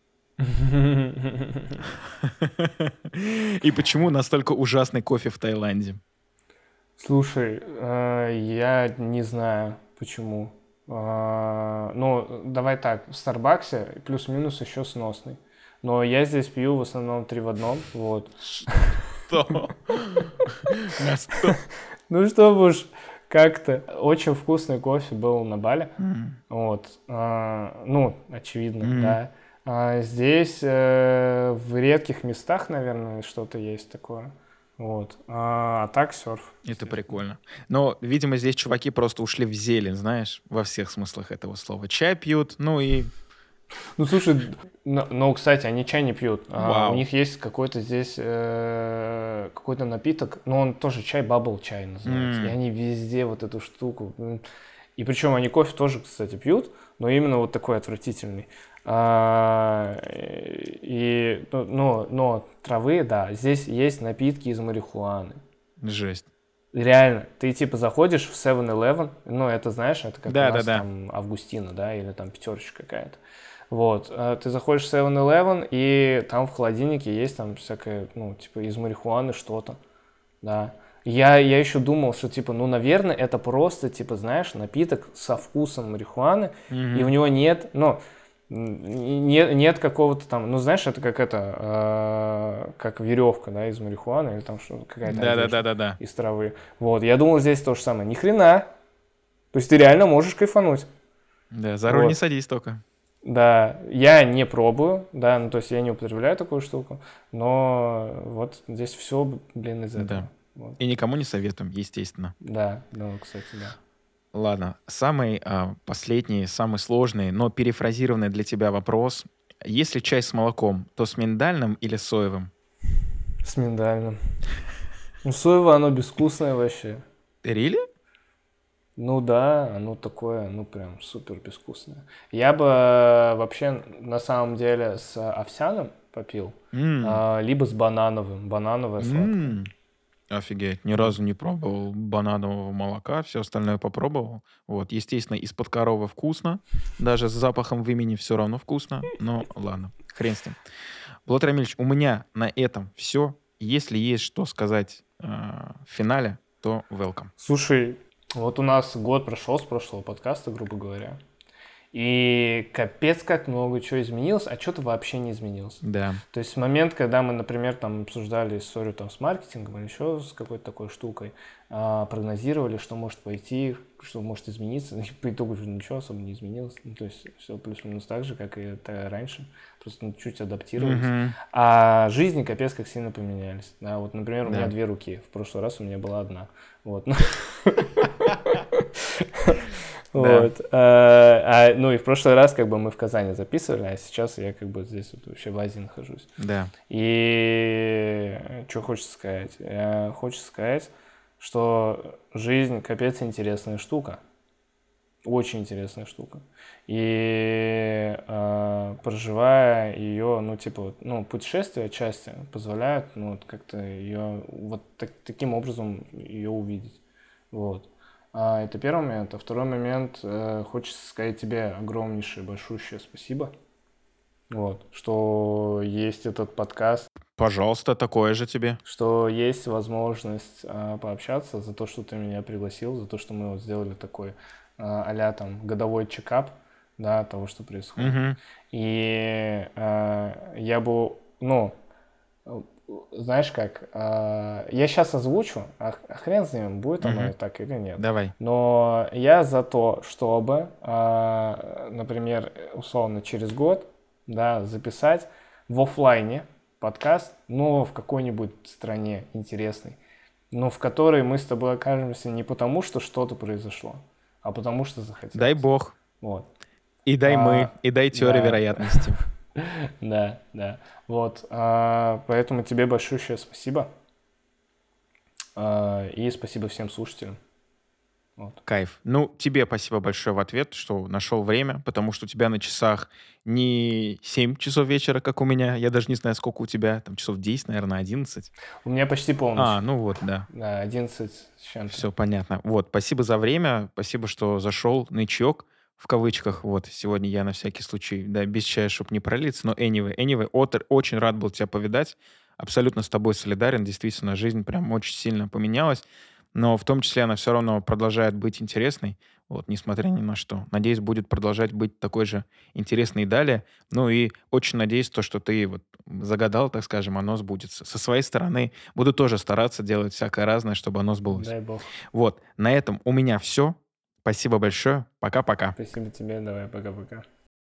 И почему настолько ужасный кофе в Таиланде? Слушай, э, я не знаю, почему. А, Ну, давай так, в Старбаксе плюс-минус еще сносный. Но я здесь пью в основном три в одном, вот. Что? Насто- Ну, чтобы уж как-то. Очень вкусный кофе был на Бали, М, вот. А, Ну, очевидно, м. да. А здесь э, в редких местах, наверное, что-то есть такое. Вот. А, а так серф, Это естественно. прикольно. Но, видимо, здесь чуваки просто ушли в зелень, знаешь, во всех смыслах этого слова. Чай пьют, ну и Ну, слушай, но, но, кстати, они чай не пьют. А, у вау. них есть какой-то здесь э, какой-то напиток, но он тоже чай, бабл чай называется. И М, они везде вот эту штуку. м. И причем они кофе тоже, кстати, пьют, но именно вот такой отвратительный. А, и, ну, но, но травы, да, здесь есть напитки из марихуаны. Жесть. Реально, ты типа заходишь в севен элевен, ну это знаешь, это как у нас Да-да-да. там Августина, да, или там пятерочка какая-то. Вот, э, ты заходишь в севен элевен, и там в холодильнике есть там всякое, ну, типа из марихуаны что-то, да. Я, я еще думал, что, типа, ну, наверное, это просто, типа, знаешь, напиток со вкусом марихуаны, и у Мгм. него нет, ну, н- нет, нет какого-то там, ну, знаешь, это как это, э, как веревка, да, из марихуаны, или там что какая-то одежда Да-да-да-да-да. из травы. Вот, я думал, здесь то же самое. Ни хрена. То есть ты реально можешь кайфануть. Да, за руль не Вот. садись только. Да, я не пробую, да, ну то есть я не употребляю такую штуку, но вот здесь все, блин, из Да. этого. Вот. И никому не советуем, естественно. Да, ну, кстати, да. Ладно, самый а, последний, самый сложный, но перефразированный для тебя вопрос. Если чай с молоком, то с миндальным или соевым? С миндальным. Ну, соево, оно безвкусное вообще. Рили? Ну да, оно такое, ну прям супер безвкусное. Я бы э, вообще на самом деле с овсяным попил, М, а, либо с банановым. Банановое сладкое. м. Офигеть, ни Вот. разу не пробовал бананового молока, все остальное попробовал. Вот, естественно, из-под коровы вкусно, даже с запахом в имени все равно вкусно, но ладно, хрен с ним. Владимир Рамильевич, у меня на этом все. Если есть что сказать а, в финале, то welcome. Слушай, вот у нас год прошел с прошлого подкаста, грубо говоря. И капец как много чего изменилось, а что-то вообще не изменилось. Да. То есть в момент, когда мы, например, там обсуждали историю там с маркетингом или еще с какой-то такой штукой, а, прогнозировали, что может пойти, что может измениться, и по итогу же ничего особо не изменилось. Ну, то есть все плюс-минус так же, как и это раньше, просто ну, чуть адаптировались. Мгм. А жизни капец как сильно поменялись. Да, вот, например, у меня Да. две руки, в прошлый раз у меня была одна. Вот. Да. Вот. А, а, ну и в прошлый раз как бы мы в Казани записывали, а сейчас я как бы здесь вот вообще в Азии нахожусь. Да. И что хочется сказать? Я хочется сказать, что жизнь капец интересная штука. Очень интересная штука. И э, проживая ее, ну, типа, вот, ну, путешествия отчасти позволяют, ну, вот как-то ее, вот так- таким образом ее увидеть. Вот. А, это первый момент. А второй момент, э, хочется сказать тебе огромнейшее, большущее спасибо. Вот, что есть этот подкаст, Пожалуйста, такое же тебе. что есть возможность а, пообщаться, за то, что ты меня пригласил, за то, что мы вот сделали такой а, а-ля там годовой чекап, да, того, что происходит. Мгм. И а, я бы, ну, знаешь как, а, я сейчас озвучу, а, а хрен с ним, будет оно и Мгм. так или нет. Давай. Но я за то, чтобы, а, например, условно через год, да, записать в оффлайне подкаст, но в какой-нибудь стране интересной, но в которой мы с тобой окажемся не потому, что что-то произошло, а потому что Дай захотелось. бог. Вот. И дай мы, А, и дай теория да, вероятности. да, да. Вот. а, Поэтому тебе большое спасибо. А, И спасибо всем слушателям. Вот. Кайф. Ну, тебе спасибо большое в ответ, что нашел время, потому что у тебя на часах не семь часов вечера, как у меня. Я даже не знаю, сколько у тебя. Там часов десять, наверное, одиннадцать. У меня почти полночь. А, ну вот, да. Да, одиннадцать с чем-то. Все понятно. Вот, спасибо за время, спасибо, что зашел нычок, в кавычках. Вот, сегодня я на всякий случай, да, без чая, чтобы не пролиться. Но anyway, anyway, Отр, очень рад был тебя повидать. Абсолютно с тобой солидарен. Действительно, жизнь прям очень сильно поменялась. Но в том числе она все равно продолжает быть интересной, вот, несмотря ни на что. Надеюсь, будет продолжать быть такой же интересной и далее. Ну и очень надеюсь, то, что ты вот загадал, так скажем, оно сбудется. Со своей стороны буду тоже стараться делать всякое разное, чтобы оно сбылось. Дай бог. Вот, на этом у меня все. Спасибо большое. Пока-пока. Спасибо тебе. Давай, пока-пока.